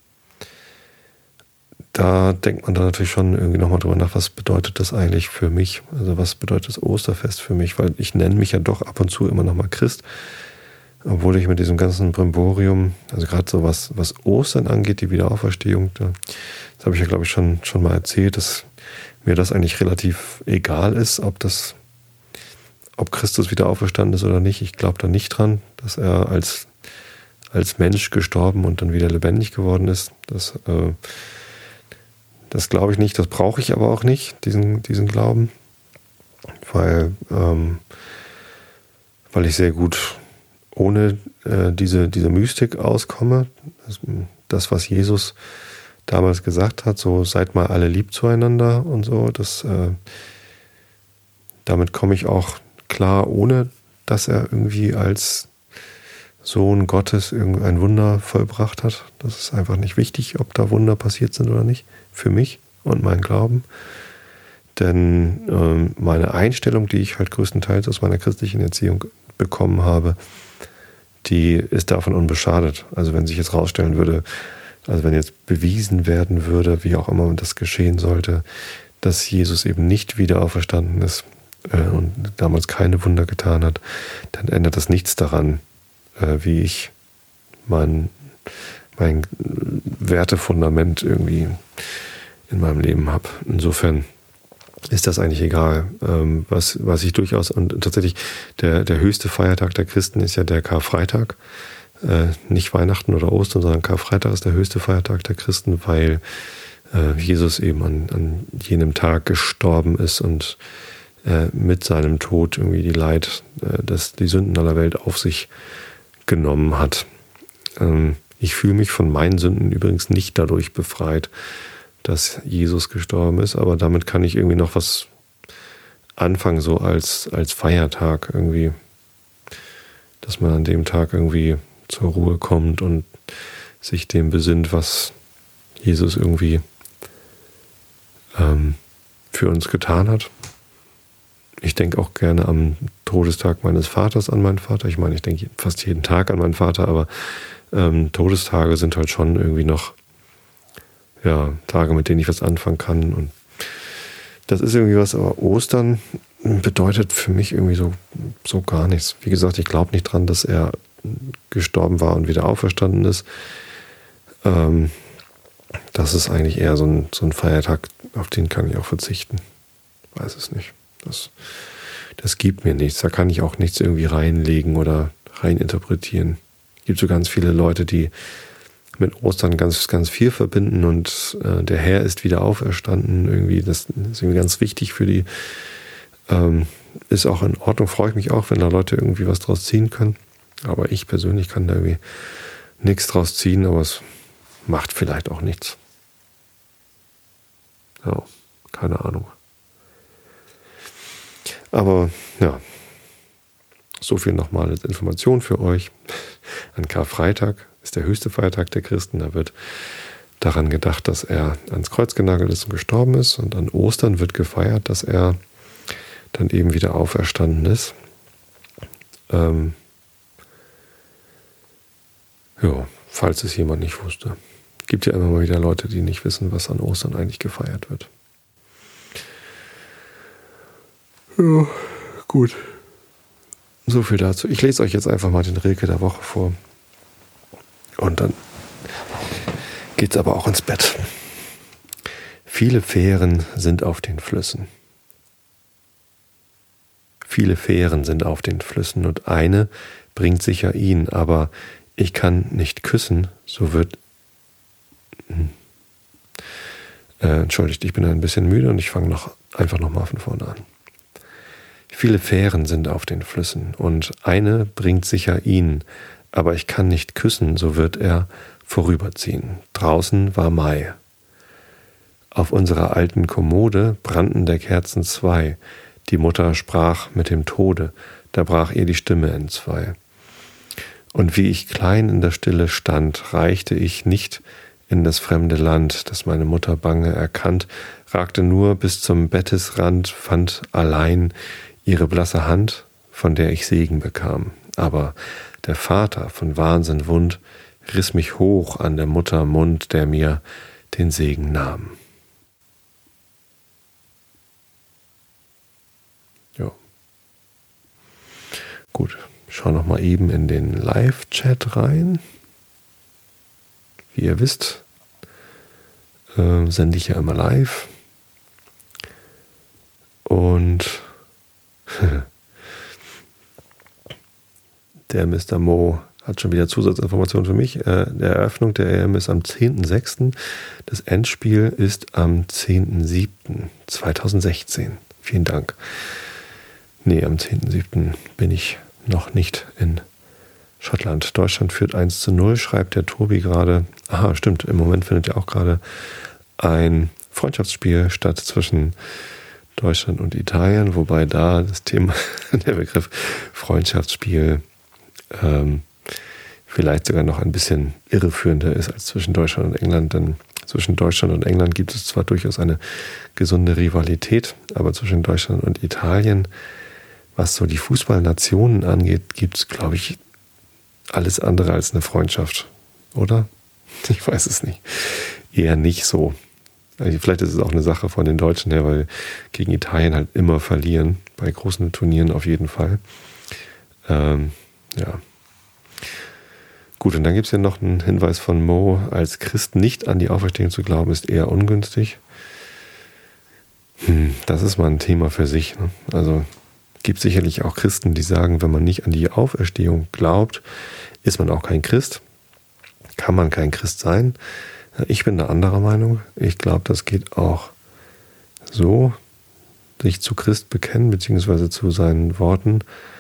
Da denkt man dann natürlich schon irgendwie nochmal drüber nach, was bedeutet das eigentlich für mich? Also was bedeutet das Osterfest für mich? Weil ich nenne mich ja doch ab und zu immer nochmal Christ, obwohl ich mit diesem ganzen Brimborium, also gerade so was Ostern angeht, die Wiederauferstehung, das habe ich ja glaube ich schon mal erzählt, dass mir das eigentlich relativ egal ist, ob Christus wieder auferstanden ist oder nicht. Ich glaube da nicht dran, dass er als Mensch gestorben und dann wieder lebendig geworden ist. Das glaube ich nicht, das brauche ich aber auch nicht, diesen Glauben, weil ich sehr gut ohne diese Mystik auskomme. Das, was Jesus damals gesagt hat, so seid mal alle lieb zueinander und so, damit komme ich auch klar, ohne dass er irgendwie als Sohn Gottes irgendein Wunder vollbracht hat. Das ist einfach nicht wichtig, ob da Wunder passiert sind oder nicht, für mich und meinen Glauben. Denn meine Einstellung, die ich halt größtenteils aus meiner christlichen Erziehung bekommen habe, die ist davon unbeschadet. Also wenn sich jetzt rausstellen würde, also wenn jetzt bewiesen werden würde, wie auch immer das geschehen sollte, dass Jesus eben nicht wieder auferstanden ist und damals keine Wunder getan hat, dann ändert das nichts daran, wie ich mein Wertefundament irgendwie in meinem Leben habe. Insofern ist das eigentlich egal, was ich durchaus, und tatsächlich der höchste Feiertag der Christen ist ja der Karfreitag, nicht Weihnachten oder Ostern, sondern Karfreitag ist der höchste Feiertag der Christen, weil Jesus eben an jenem Tag gestorben ist und mit seinem Tod irgendwie die Sünden aller Welt auf sich genommen hat. Ich fühle mich von meinen Sünden übrigens nicht dadurch befreit, dass Jesus gestorben ist, aber damit kann ich irgendwie noch was anfangen, so als Feiertag irgendwie, dass man an dem Tag irgendwie zur Ruhe kommt und sich dem besinnt, was Jesus irgendwie für uns getan hat. Ich denke auch gerne am Todestag meines Vaters an meinen Vater. Ich meine, ich denke fast jeden Tag an meinen Vater, aber Todestage sind halt schon irgendwie noch Tage, mit denen ich was anfangen kann. Und das ist irgendwie was, aber Ostern bedeutet für mich irgendwie so gar nichts. Wie gesagt, ich glaube nicht dran, dass er gestorben war und wieder auferstanden ist. Das ist eigentlich eher so ein Feiertag, auf den kann ich auch verzichten. Weiß es nicht. Das gibt mir nichts. Da kann ich auch nichts irgendwie reinlegen oder reininterpretieren. Es gibt so ganz viele Leute, die mit Ostern ganz, ganz viel verbinden und der Herr ist wieder auferstanden. Irgendwie, das ist irgendwie ganz wichtig für die. Ist auch in Ordnung, freue ich mich auch, wenn da Leute irgendwie was draus ziehen können. Aber ich persönlich kann da irgendwie nichts draus ziehen, aber es macht vielleicht auch nichts. Ja, keine Ahnung. Aber ja, so viel nochmal als Information für euch. An Karfreitag ist der höchste Feiertag der Christen. Da wird daran gedacht, dass er ans Kreuz genagelt ist und gestorben ist. Und an Ostern wird gefeiert, dass er dann eben wieder auferstanden ist. Falls es jemand nicht wusste. Gibt ja immer mal wieder Leute, die nicht wissen, was an Ostern eigentlich gefeiert wird. Ja, gut. So viel dazu. Ich lese euch jetzt einfach mal den Rilke der Woche vor. Und dann geht's aber auch ins Bett. Viele Fähren sind auf den Flüssen. Viele Fähren sind auf den Flüssen und eine bringt sicher ihn, aber ich kann nicht küssen, so wird... Entschuldigt, ich bin ein bisschen müde und ich fange einfach nochmal von vorne an. Viele Fähren sind auf den Flüssen und eine bringt sicher ihn, aber ich kann nicht küssen, so wird er vorüberziehen. Draußen war Mai. Auf unserer alten Kommode brannten der Kerzen 2. Die Mutter sprach mit dem Tode, da brach ihr die Stimme entzwei. Und wie ich klein in der Stille stand, reichte ich nicht in das fremde Land, das meine Mutter bange erkannt, ragte nur bis zum Bettesrand, fand allein ihre blasse Hand, von der ich Segen bekam. Aber der Vater von Wahnsinn wund, riss mich hoch an der Mutter Mund, der mir den Segen nahm. Ja. Gut, schau noch mal eben in den Live-Chat rein. Wie ihr wisst, sende ich ja immer live. Und der Mr. Mo hat schon wieder Zusatzinformationen für mich. Der Eröffnung der EM ist am 10.06. Das Endspiel ist am 10.07.2016. Vielen Dank. Nee, am 10.07. bin ich noch nicht in Schottland. Deutschland führt 1:0, schreibt der Tobi gerade. Aha, stimmt. Im Moment findet ja auch gerade ein Freundschaftsspiel statt zwischen Deutschland und Italien, wobei da das Thema, der Begriff Freundschaftsspiel vielleicht sogar noch ein bisschen irreführender ist als zwischen Deutschland und England, denn zwischen Deutschland und England gibt es zwar durchaus eine gesunde Rivalität, aber zwischen Deutschland und Italien, was so die Fußballnationen angeht, gibt es, glaube ich, alles andere als eine Freundschaft, oder? Ich weiß es nicht. Eher nicht so. Also vielleicht ist es auch eine Sache von den Deutschen her, weil gegen Italien halt immer verlieren, bei großen Turnieren auf jeden Fall. Ja. Gut, und dann gibt es ja noch einen Hinweis von Mo, als Christ nicht an die Auferstehung zu glauben, ist eher ungünstig. Das ist mal ein Thema für sich. Ne? Also gibt sicherlich auch Christen, die sagen, wenn man nicht an die Auferstehung glaubt, ist man auch kein Christ. Kann man kein Christ sein. Ich bin da anderer Meinung. Ich glaube, das geht auch so, sich zu Christ bekennen, beziehungsweise zu seinen Worten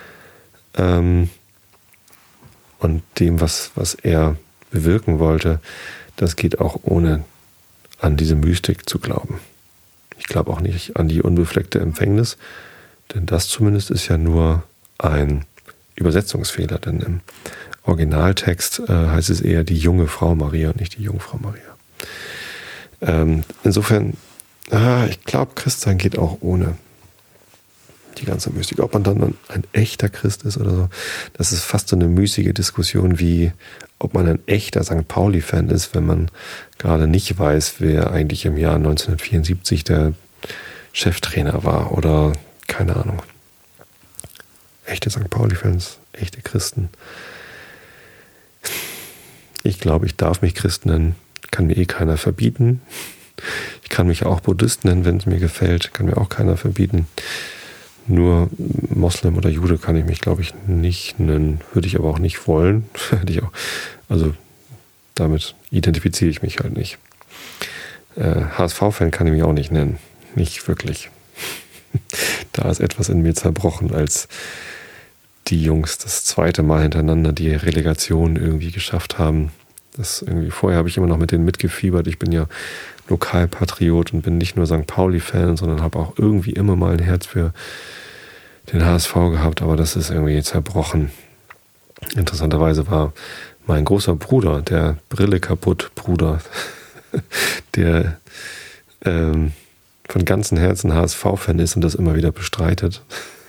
und dem, was er bewirken wollte, das geht auch ohne an diese Mystik zu glauben. Ich glaube auch nicht an die unbefleckte Empfängnis, denn das zumindest ist ja nur ein Übersetzungsfehler, denn im Originaltext heißt es eher die junge Frau Maria und nicht die Jungfrau Maria. Insofern, ich glaube, Christsein geht auch ohne die ganze Mystik. Ob man dann ein echter Christ ist oder so, das ist fast so eine müßige Diskussion wie, ob man ein echter St. Pauli-Fan ist, wenn man gerade nicht weiß, wer eigentlich im Jahr 1974 der Cheftrainer war oder keine Ahnung. Echte St. Pauli-Fans, echte Christen. Ich glaube, ich darf mich Christ nennen. Kann mir keiner verbieten. Ich kann mich auch Buddhist nennen, wenn es mir gefällt. Kann mir auch keiner verbieten. Nur Moslem oder Jude kann ich mich, glaube ich, nicht nennen. Würde ich aber auch nicht wollen. Also damit identifiziere ich mich halt nicht. HSV-Fan kann ich mich auch nicht nennen. Nicht wirklich. Da ist etwas in mir zerbrochen, als die Jungs das zweite Mal hintereinander die Relegation irgendwie geschafft haben. Vorher habe ich immer noch mit denen mitgefiebert. Ich bin ja Lokalpatriot und bin nicht nur St. Pauli-Fan, sondern habe auch irgendwie immer mal ein Herz für den HSV gehabt, aber das ist irgendwie zerbrochen. Interessanterweise war mein großer Bruder, der Brille kaputt Bruder, der von ganzem Herzen HSV-Fan ist und das immer wieder bestreitet.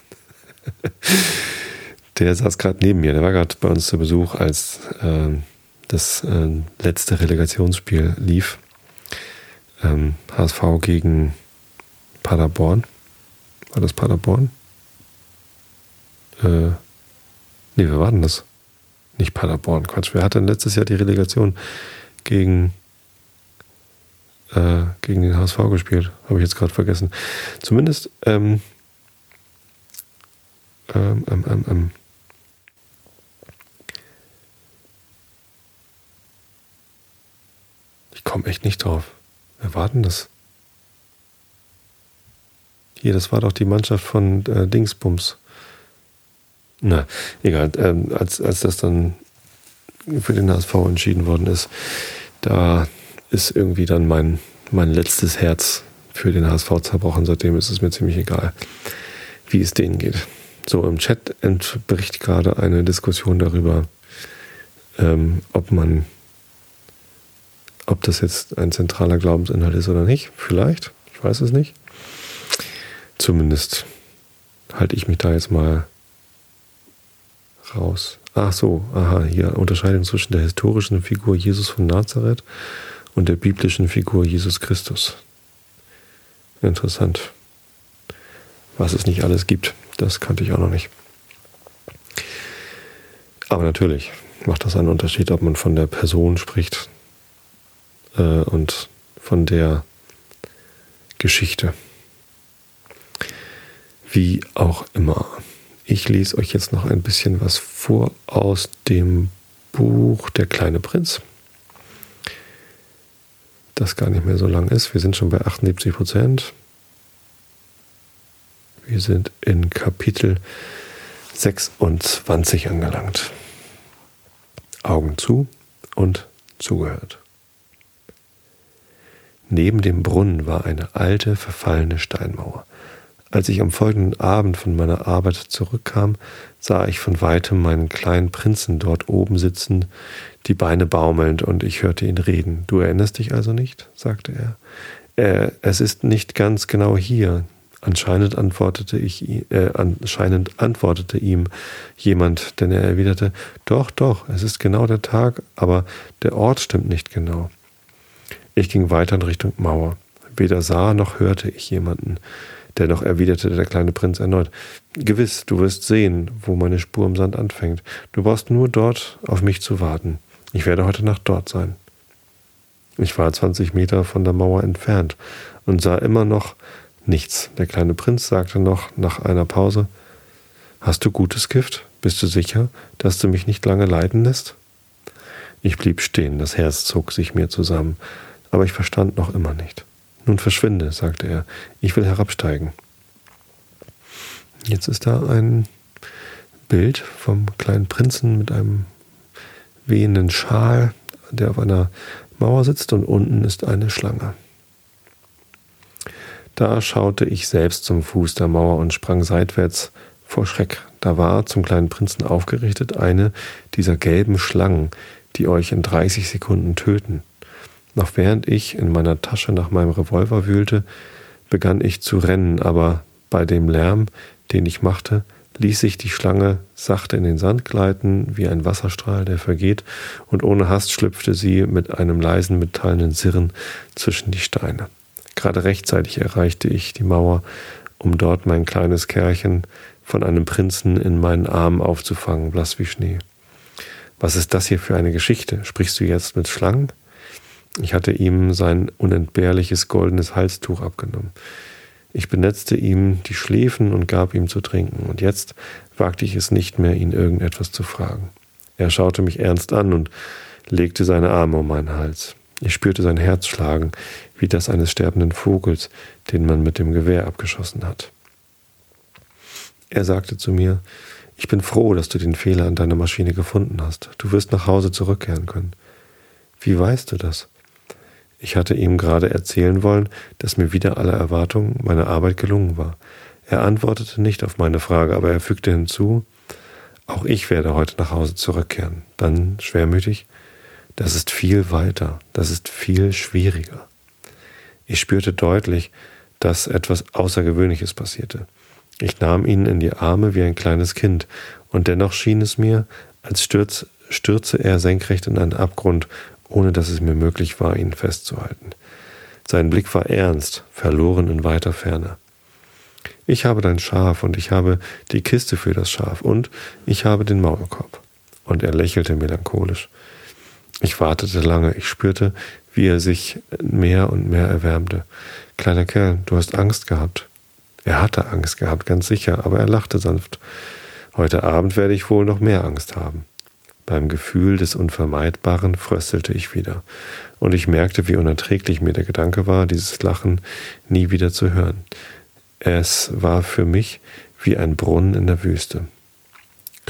Der saß gerade neben mir, der war gerade bei uns zu Besuch, als das letzte Relegationsspiel lief. HSV gegen Paderborn. War das Paderborn? Nee, wer war denn das? Nicht Paderborn, Quatsch. Wer hat denn letztes Jahr die Relegation gegen den HSV gespielt? Habe ich jetzt gerade vergessen. Zumindest ich komme echt nicht drauf. Wer war denn das? Hier, das war doch die Mannschaft von Dingsbums. Na, egal. Als das dann für den HSV entschieden worden ist, da ist irgendwie dann mein letztes Herz für den HSV zerbrochen. Seitdem ist es mir ziemlich egal, wie es denen geht. So, im Chat entbricht gerade eine Diskussion darüber, ob das jetzt ein zentraler Glaubensinhalt ist oder nicht. Vielleicht, ich weiß es nicht. Zumindest halte ich mich da jetzt mal raus. Ach so, hier Unterscheidung zwischen der historischen Figur Jesus von Nazareth und der biblischen Figur Jesus Christus. Interessant. Was es nicht alles gibt, das kannte ich auch noch nicht. Aber natürlich macht das einen Unterschied, ob man von der Person spricht und von der Geschichte. Wie auch immer. Ich lese euch jetzt noch ein bisschen was vor aus dem Buch Der kleine Prinz, das gar nicht mehr so lang ist. Wir sind schon bei 78%. Wir sind in Kapitel 26 angelangt. Augen zu und zugehört. Neben dem Brunnen war eine alte, verfallene Steinmauer. Als ich am folgenden Abend von meiner Arbeit zurückkam, sah ich von weitem meinen kleinen Prinzen dort oben sitzen, die Beine baumelnd, und ich hörte ihn reden. »Du erinnerst dich also nicht?« sagte er. »Es ist nicht ganz genau hier.« Anscheinend antwortete ihm jemand, denn er erwiderte, »Doch, es ist genau der Tag, aber der Ort stimmt nicht genau.« Ich ging weiter in Richtung Mauer. Weder sah noch hörte ich jemanden. Dennoch erwiderte der kleine Prinz erneut, »Gewiss, du wirst sehen, wo meine Spur im Sand anfängt. Du brauchst nur dort auf mich zu warten. Ich werde heute Nacht dort sein.« Ich war 20 Meter von der Mauer entfernt und sah immer noch nichts. Der kleine Prinz sagte noch nach einer Pause, »Hast du gutes Gift? Bist du sicher, dass du mich nicht lange leiden lässt?« Ich blieb stehen, das Herz zog sich mir zusammen, aber ich verstand noch immer nicht. »Nun verschwinde«, sagte er, »ich will herabsteigen.« Jetzt ist da ein Bild vom kleinen Prinzen mit einem wehenden Schal, der auf einer Mauer sitzt, und unten ist eine Schlange. Da schaute ich selbst zum Fuß der Mauer und sprang seitwärts vor Schreck. Da war, zum kleinen Prinzen aufgerichtet, eine dieser gelben Schlangen, die euch in 30 Sekunden töten. Noch während ich in meiner Tasche nach meinem Revolver wühlte, begann ich zu rennen, aber bei dem Lärm, den ich machte, ließ sich die Schlange sachte in den Sand gleiten, wie ein Wasserstrahl, der vergeht, und ohne Hast schlüpfte sie mit einem leisen, metallenen Sirren zwischen die Steine. Gerade rechtzeitig erreichte ich die Mauer, um dort mein kleines Kerlchen von einem Prinzen in meinen Armen aufzufangen, blass wie Schnee. »Was ist das hier für eine Geschichte? Sprichst du jetzt mit Schlangen?« Ich hatte ihm sein unentbehrliches goldenes Halstuch abgenommen. Ich benetzte ihm die Schläfen und gab ihm zu trinken, und jetzt wagte ich es nicht mehr, ihn irgendetwas zu fragen. Er schaute mich ernst an und legte seine Arme um meinen Hals. Ich spürte sein Herz schlagen, wie das eines sterbenden Vogels, den man mit dem Gewehr abgeschossen hat. Er sagte zu mir, »Ich bin froh, dass du den Fehler an deiner Maschine gefunden hast. Du wirst nach Hause zurückkehren können.« »Wie weißt du das?« Ich hatte ihm gerade erzählen wollen, dass mir wider alle Erwartung meine Arbeit gelungen war. Er antwortete nicht auf meine Frage, aber er fügte hinzu, »Auch ich werde heute nach Hause zurückkehren.« Dann schwermütig, »Das ist viel weiter, das ist viel schwieriger.« Ich spürte deutlich, dass etwas Außergewöhnliches passierte. Ich nahm ihn in die Arme wie ein kleines Kind, und dennoch schien es mir, als stürze er senkrecht in einen Abgrund, ohne dass es mir möglich war, ihn festzuhalten. Sein Blick war ernst, verloren in weiter Ferne. »Ich habe dein Schaf, und ich habe die Kiste für das Schaf, und ich habe den Maulkorb.« Und er lächelte melancholisch. Ich wartete lange, ich spürte, wie er sich mehr und mehr erwärmte. »Kleiner Kerl, du hast Angst gehabt.« Er hatte Angst gehabt, ganz sicher, aber er lachte sanft. »Heute Abend werde ich wohl noch mehr Angst haben.« Beim Gefühl des Unvermeidbaren fröstelte ich wieder, und ich merkte, wie unerträglich mir der Gedanke war, dieses Lachen nie wieder zu hören. Es war für mich wie ein Brunnen in der Wüste.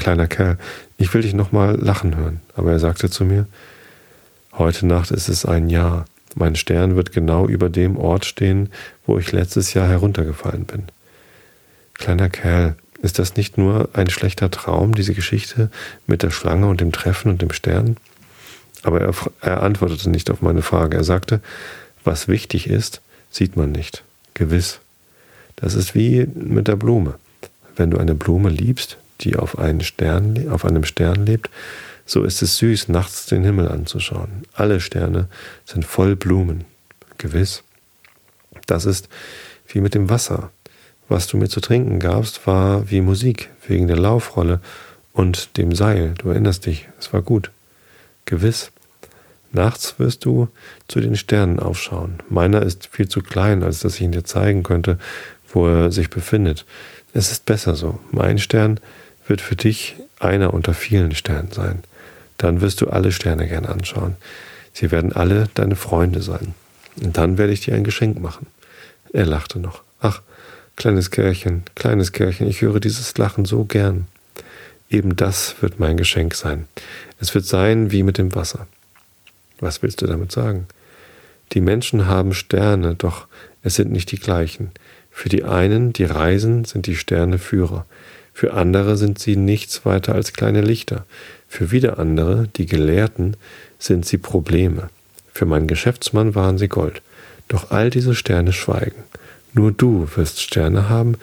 kleiner Kerl, ich will dich nochmal lachen hören. Aber er sagte zu mir, heute Nacht ist es ein Jahr. Mein Stern wird genau über dem Ort stehen, wo ich letztes Jahr heruntergefallen bin. Kleiner Kerl, ist das nicht nur ein schlechter Traum, diese Geschichte mit der Schlange und dem Treffen und dem Stern? Aber er antwortete nicht auf meine Frage. Er sagte, was wichtig ist, sieht man nicht. Gewiss. Das ist wie mit der Blume. Wenn du eine Blume liebst, die auf einem Stern lebt, so ist es süß, nachts den Himmel anzuschauen. Alle Sterne sind voll Blumen. Gewiss. Das ist wie mit dem Wasser. Was du mir zu trinken gabst, war wie Musik, wegen der Laufrolle und dem Seil. Du erinnerst dich, es war gut. Gewiss. Nachts wirst du zu den Sternen aufschauen. Meiner ist viel zu klein, als dass ich ihn dir zeigen könnte, wo er sich befindet. Es ist besser so. Mein Stern wird für dich einer unter vielen Sternen sein. Dann wirst du alle Sterne gern anschauen. Sie werden alle deine Freunde sein. Und dann werde ich dir ein Geschenk machen. Er lachte noch. Ach, kleines Kerlchen, ich höre dieses Lachen so gern. Eben das wird mein Geschenk sein. Es wird sein wie mit dem Wasser. Was willst du damit sagen? Die Menschen haben Sterne, doch es sind nicht die gleichen. Für die einen, die reisen, sind die Sterne Führer. Für andere sind sie nichts weiter als kleine Lichter. Für wieder andere, die Gelehrten, sind sie Probleme. Für meinen Geschäftsmann waren sie Gold. Doch all diese Sterne schweigen. Nur du wirst Sterne haben,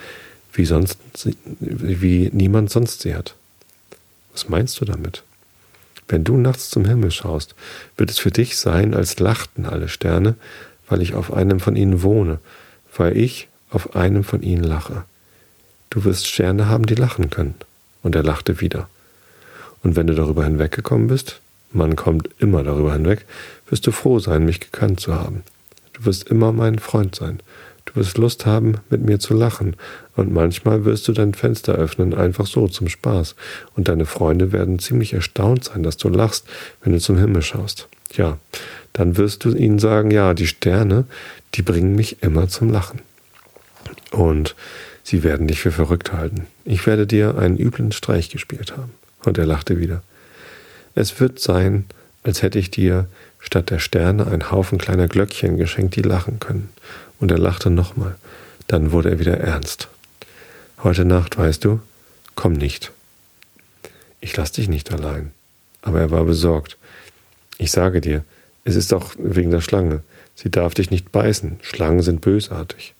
wie niemand sonst sie hat. Was meinst du damit? Wenn du nachts zum Himmel schaust, wird es für dich sein, als lachten alle Sterne, weil ich auf einem von ihnen wohne, weil ich auf einem von ihnen lache. Du wirst Sterne haben, die lachen können. Und er lachte wieder. Und wenn du darüber hinweggekommen bist, man kommt immer darüber hinweg, wirst du froh sein, mich gekannt zu haben. Du wirst immer mein Freund sein. Du wirst Lust haben, mit mir zu lachen. Und manchmal wirst du dein Fenster öffnen, einfach so, zum Spaß. Und deine Freunde werden ziemlich erstaunt sein, dass du lachst, wenn du zum Himmel schaust. Ja, dann wirst du ihnen sagen, ja, die Sterne, die bringen mich immer zum Lachen. Und sie werden dich für verrückt halten. Ich werde dir einen üblen Streich gespielt haben. Und er lachte wieder. Es wird sein, als hätte ich dir statt der Sterne einen Haufen kleiner Glöckchen geschenkt, die lachen können. Und er lachte nochmal. Dann wurde er wieder ernst. Heute Nacht, weißt du, komm nicht. Ich lass dich nicht allein. Aber er war besorgt. Ich sage dir, es ist doch wegen der Schlange. Sie darf dich nicht beißen. Schlangen sind bösartig.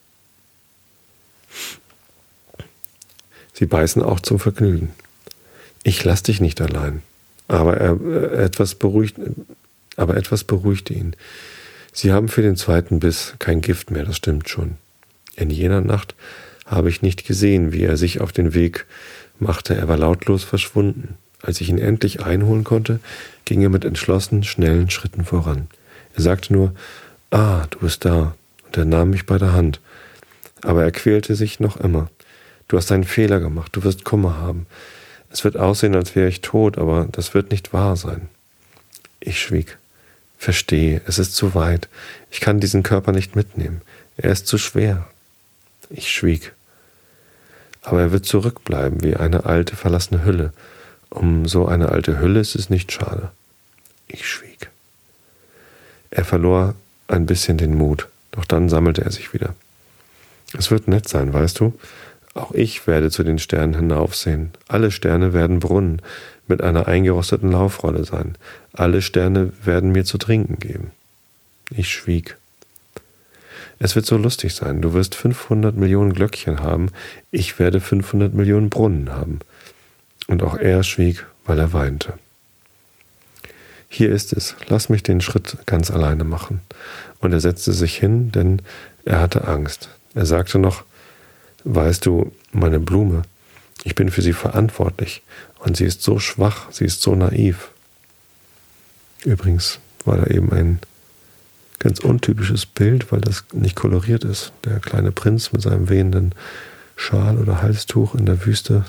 Sie beißen auch zum Vergnügen. Ich lass dich nicht allein. Aber etwas beruhigte ihn. Sie haben für den zweiten Biss kein Gift mehr, das stimmt schon. In jener Nacht habe ich nicht gesehen, wie er sich auf den Weg machte. Er war lautlos verschwunden. Als ich ihn endlich einholen konnte, ging er mit entschlossen, schnellen Schritten voran. Er sagte nur, du bist da. Und er nahm mich bei der Hand. Aber er quälte sich noch immer. Du hast einen Fehler gemacht, du wirst Kummer haben. Es wird aussehen, als wäre ich tot, aber das wird nicht wahr sein. Ich schwieg. Verstehe, es ist zu weit. Ich kann diesen Körper nicht mitnehmen. Er ist zu schwer. Ich schwieg. Aber er wird zurückbleiben, wie eine alte, verlassene Hülle. Um so eine alte Hülle ist es nicht schade. Ich schwieg. Er verlor ein bisschen den Mut, doch dann sammelte er sich wieder. Es wird nett sein, weißt du? Auch ich werde zu den Sternen hinaufsehen. Alle Sterne werden Brunnen mit einer eingerosteten Laufrolle sein. Alle Sterne werden mir zu trinken geben. Ich schwieg. Es wird so lustig sein. Du wirst 500 Millionen Glöckchen haben. Ich werde 500 Millionen Brunnen haben. Und auch er schwieg, weil er weinte. Hier ist es. Lass mich den Schritt ganz alleine machen. Und er setzte sich hin, denn er hatte Angst. Er sagte noch, weißt du, meine Blume, ich bin für sie verantwortlich und sie ist so schwach, sie ist so naiv. Übrigens war da eben ein ganz untypisches Bild, weil das nicht koloriert ist. Der kleine Prinz mit seinem wehenden Schal oder Halstuch in der Wüste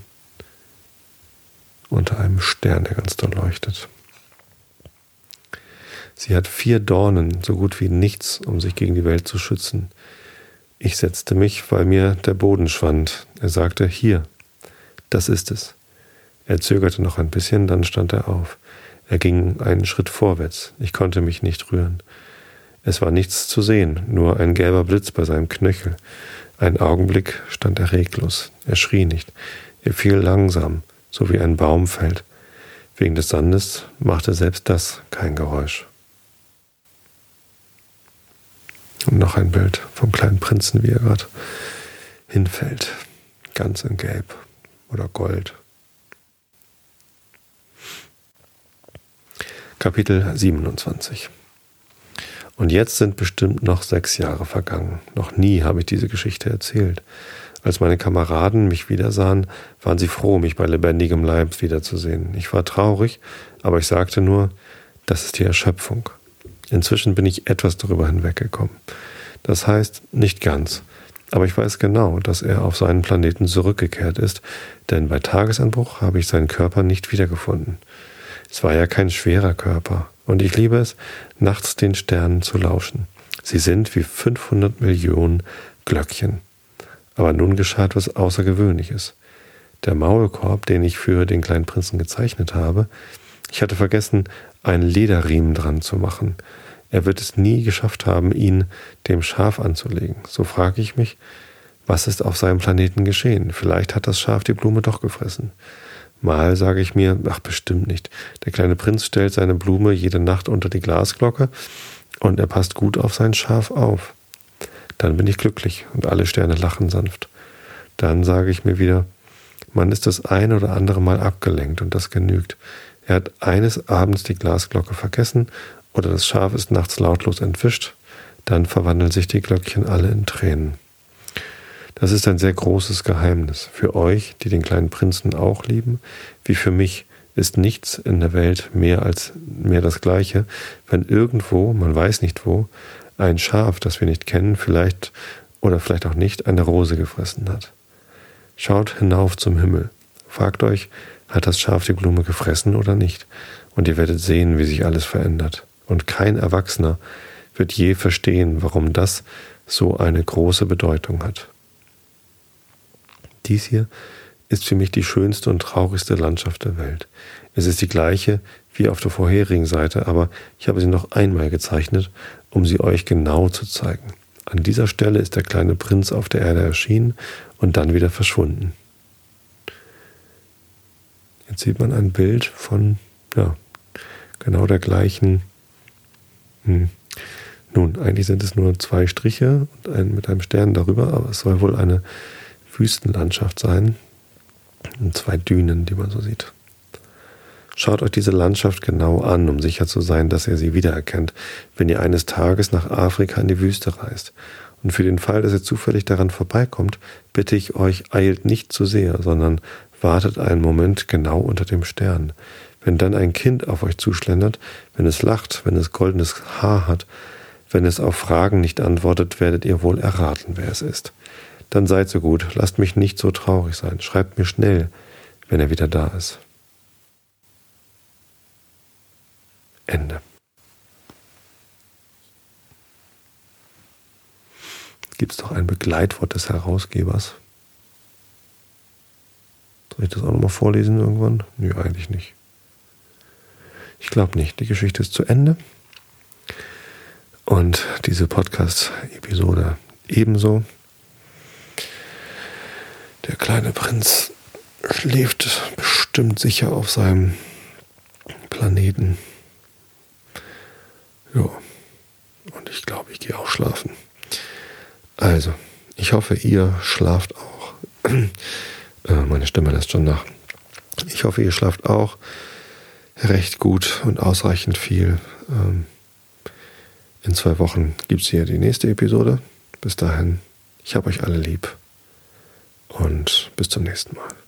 unter einem Stern, der ganz doll leuchtet. Sie hat 4 Dornen, so gut wie nichts, um sich gegen die Welt zu schützen. Ich setzte mich, weil mir der Boden schwand. Er sagte, hier, das ist es. Er zögerte noch ein bisschen, dann stand er auf. Er ging einen Schritt vorwärts. Ich konnte mich nicht rühren. Es war nichts zu sehen, nur ein gelber Blitz bei seinem Knöchel. Einen Augenblick stand er reglos. Er schrie nicht. Er fiel langsam, so wie ein Baum fällt. Wegen des Sandes machte selbst das kein Geräusch. Und noch ein Bild vom kleinen Prinzen, wie er gerade hinfällt. Ganz in Gelb oder Gold. Kapitel 27. Und jetzt sind bestimmt noch 6 Jahre vergangen. Noch nie habe ich diese Geschichte erzählt. Als meine Kameraden mich wiedersahen, waren sie froh, mich bei lebendigem Leib wiederzusehen. Ich war traurig, aber ich sagte nur, das ist die Erschöpfung. Inzwischen bin ich etwas darüber hinweggekommen. Das heißt, nicht ganz. Aber ich weiß genau, dass er auf seinen Planeten zurückgekehrt ist, denn bei Tagesanbruch habe ich seinen Körper nicht wiedergefunden. Es war ja kein schwerer Körper, und ich liebe es, nachts den Sternen zu lauschen. Sie sind wie 500 Millionen Glöckchen. Aber nun geschah etwas Außergewöhnliches. Der Maulkorb, den ich für den kleinen Prinzen gezeichnet habe, ich hatte vergessen, einen Lederriemen dran zu machen. Er wird es nie geschafft haben, ihn dem Schaf anzulegen. So frage ich mich, was ist auf seinem Planeten geschehen? Vielleicht hat das Schaf die Blume doch gefressen. Mal sage ich mir, ach bestimmt nicht. Der kleine Prinz stellt seine Blume jede Nacht unter die Glasglocke und er passt gut auf sein Schaf auf. Dann bin ich glücklich und alle Sterne lachen sanft. Dann sage ich mir wieder, man ist das ein oder andere Mal abgelenkt und das genügt. Er hat eines Abends die Glasglocke vergessen oder das Schaf ist nachts lautlos entwischt, dann verwandeln sich die Glöckchen alle in Tränen. Das ist ein sehr großes Geheimnis. Für euch, die den kleinen Prinzen auch lieben, wie für mich, ist nichts in der Welt mehr das Gleiche, wenn irgendwo, man weiß nicht wo, ein Schaf, das wir nicht kennen, vielleicht oder vielleicht auch nicht, eine Rose gefressen hat. Schaut hinauf zum Himmel. Fragt euch, hat das Schaf die Blume gefressen oder nicht? Und ihr werdet sehen, wie sich alles verändert. Und kein Erwachsener wird je verstehen, warum das so eine große Bedeutung hat. Dies hier ist für mich die schönste und traurigste Landschaft der Welt. Es ist die gleiche wie auf der vorherigen Seite, aber ich habe sie noch einmal gezeichnet, um sie euch genau zu zeigen. An dieser Stelle ist der kleine Prinz auf der Erde erschienen und dann wieder verschwunden. Jetzt sieht man ein Bild von, genau der gleichen. Nun, eigentlich sind es nur 2 Striche und mit einem Stern darüber, aber es soll wohl eine Wüstenlandschaft sein. Und 2 Dünen, die man so sieht. Schaut euch diese Landschaft genau an, um sicher zu sein, dass ihr sie wiedererkennt, wenn ihr eines Tages nach Afrika in die Wüste reist. Und für den Fall, dass ihr zufällig daran vorbeikommt, bitte ich euch, eilt nicht zu sehr, sondern wartet einen Moment genau unter dem Stern. Wenn dann ein Kind auf euch zuschlendert, wenn es lacht, wenn es goldenes Haar hat, wenn es auf Fragen nicht antwortet, werdet ihr wohl erraten, wer es ist. Dann seid so gut, lasst mich nicht so traurig sein, schreibt mir schnell, wenn er wieder da ist. Ende. Gibt es doch ein Begleitwort des Herausgebers? Soll ich das auch nochmal vorlesen irgendwann? Nö, eigentlich nicht. Ich glaube nicht. Die Geschichte ist zu Ende. Und diese Podcast-Episode ebenso. Der kleine Prinz schläft bestimmt sicher auf seinem Planeten. Ja, und ich glaube, ich gehe auch schlafen. Also, ich hoffe, ihr schlaft auch. Meine Stimme lässt schon nach. Ich hoffe, ihr schlaft auch recht gut und ausreichend viel. In 2 Wochen gibt es hier die nächste Episode. Bis dahin, ich habe euch alle lieb und bis zum nächsten Mal.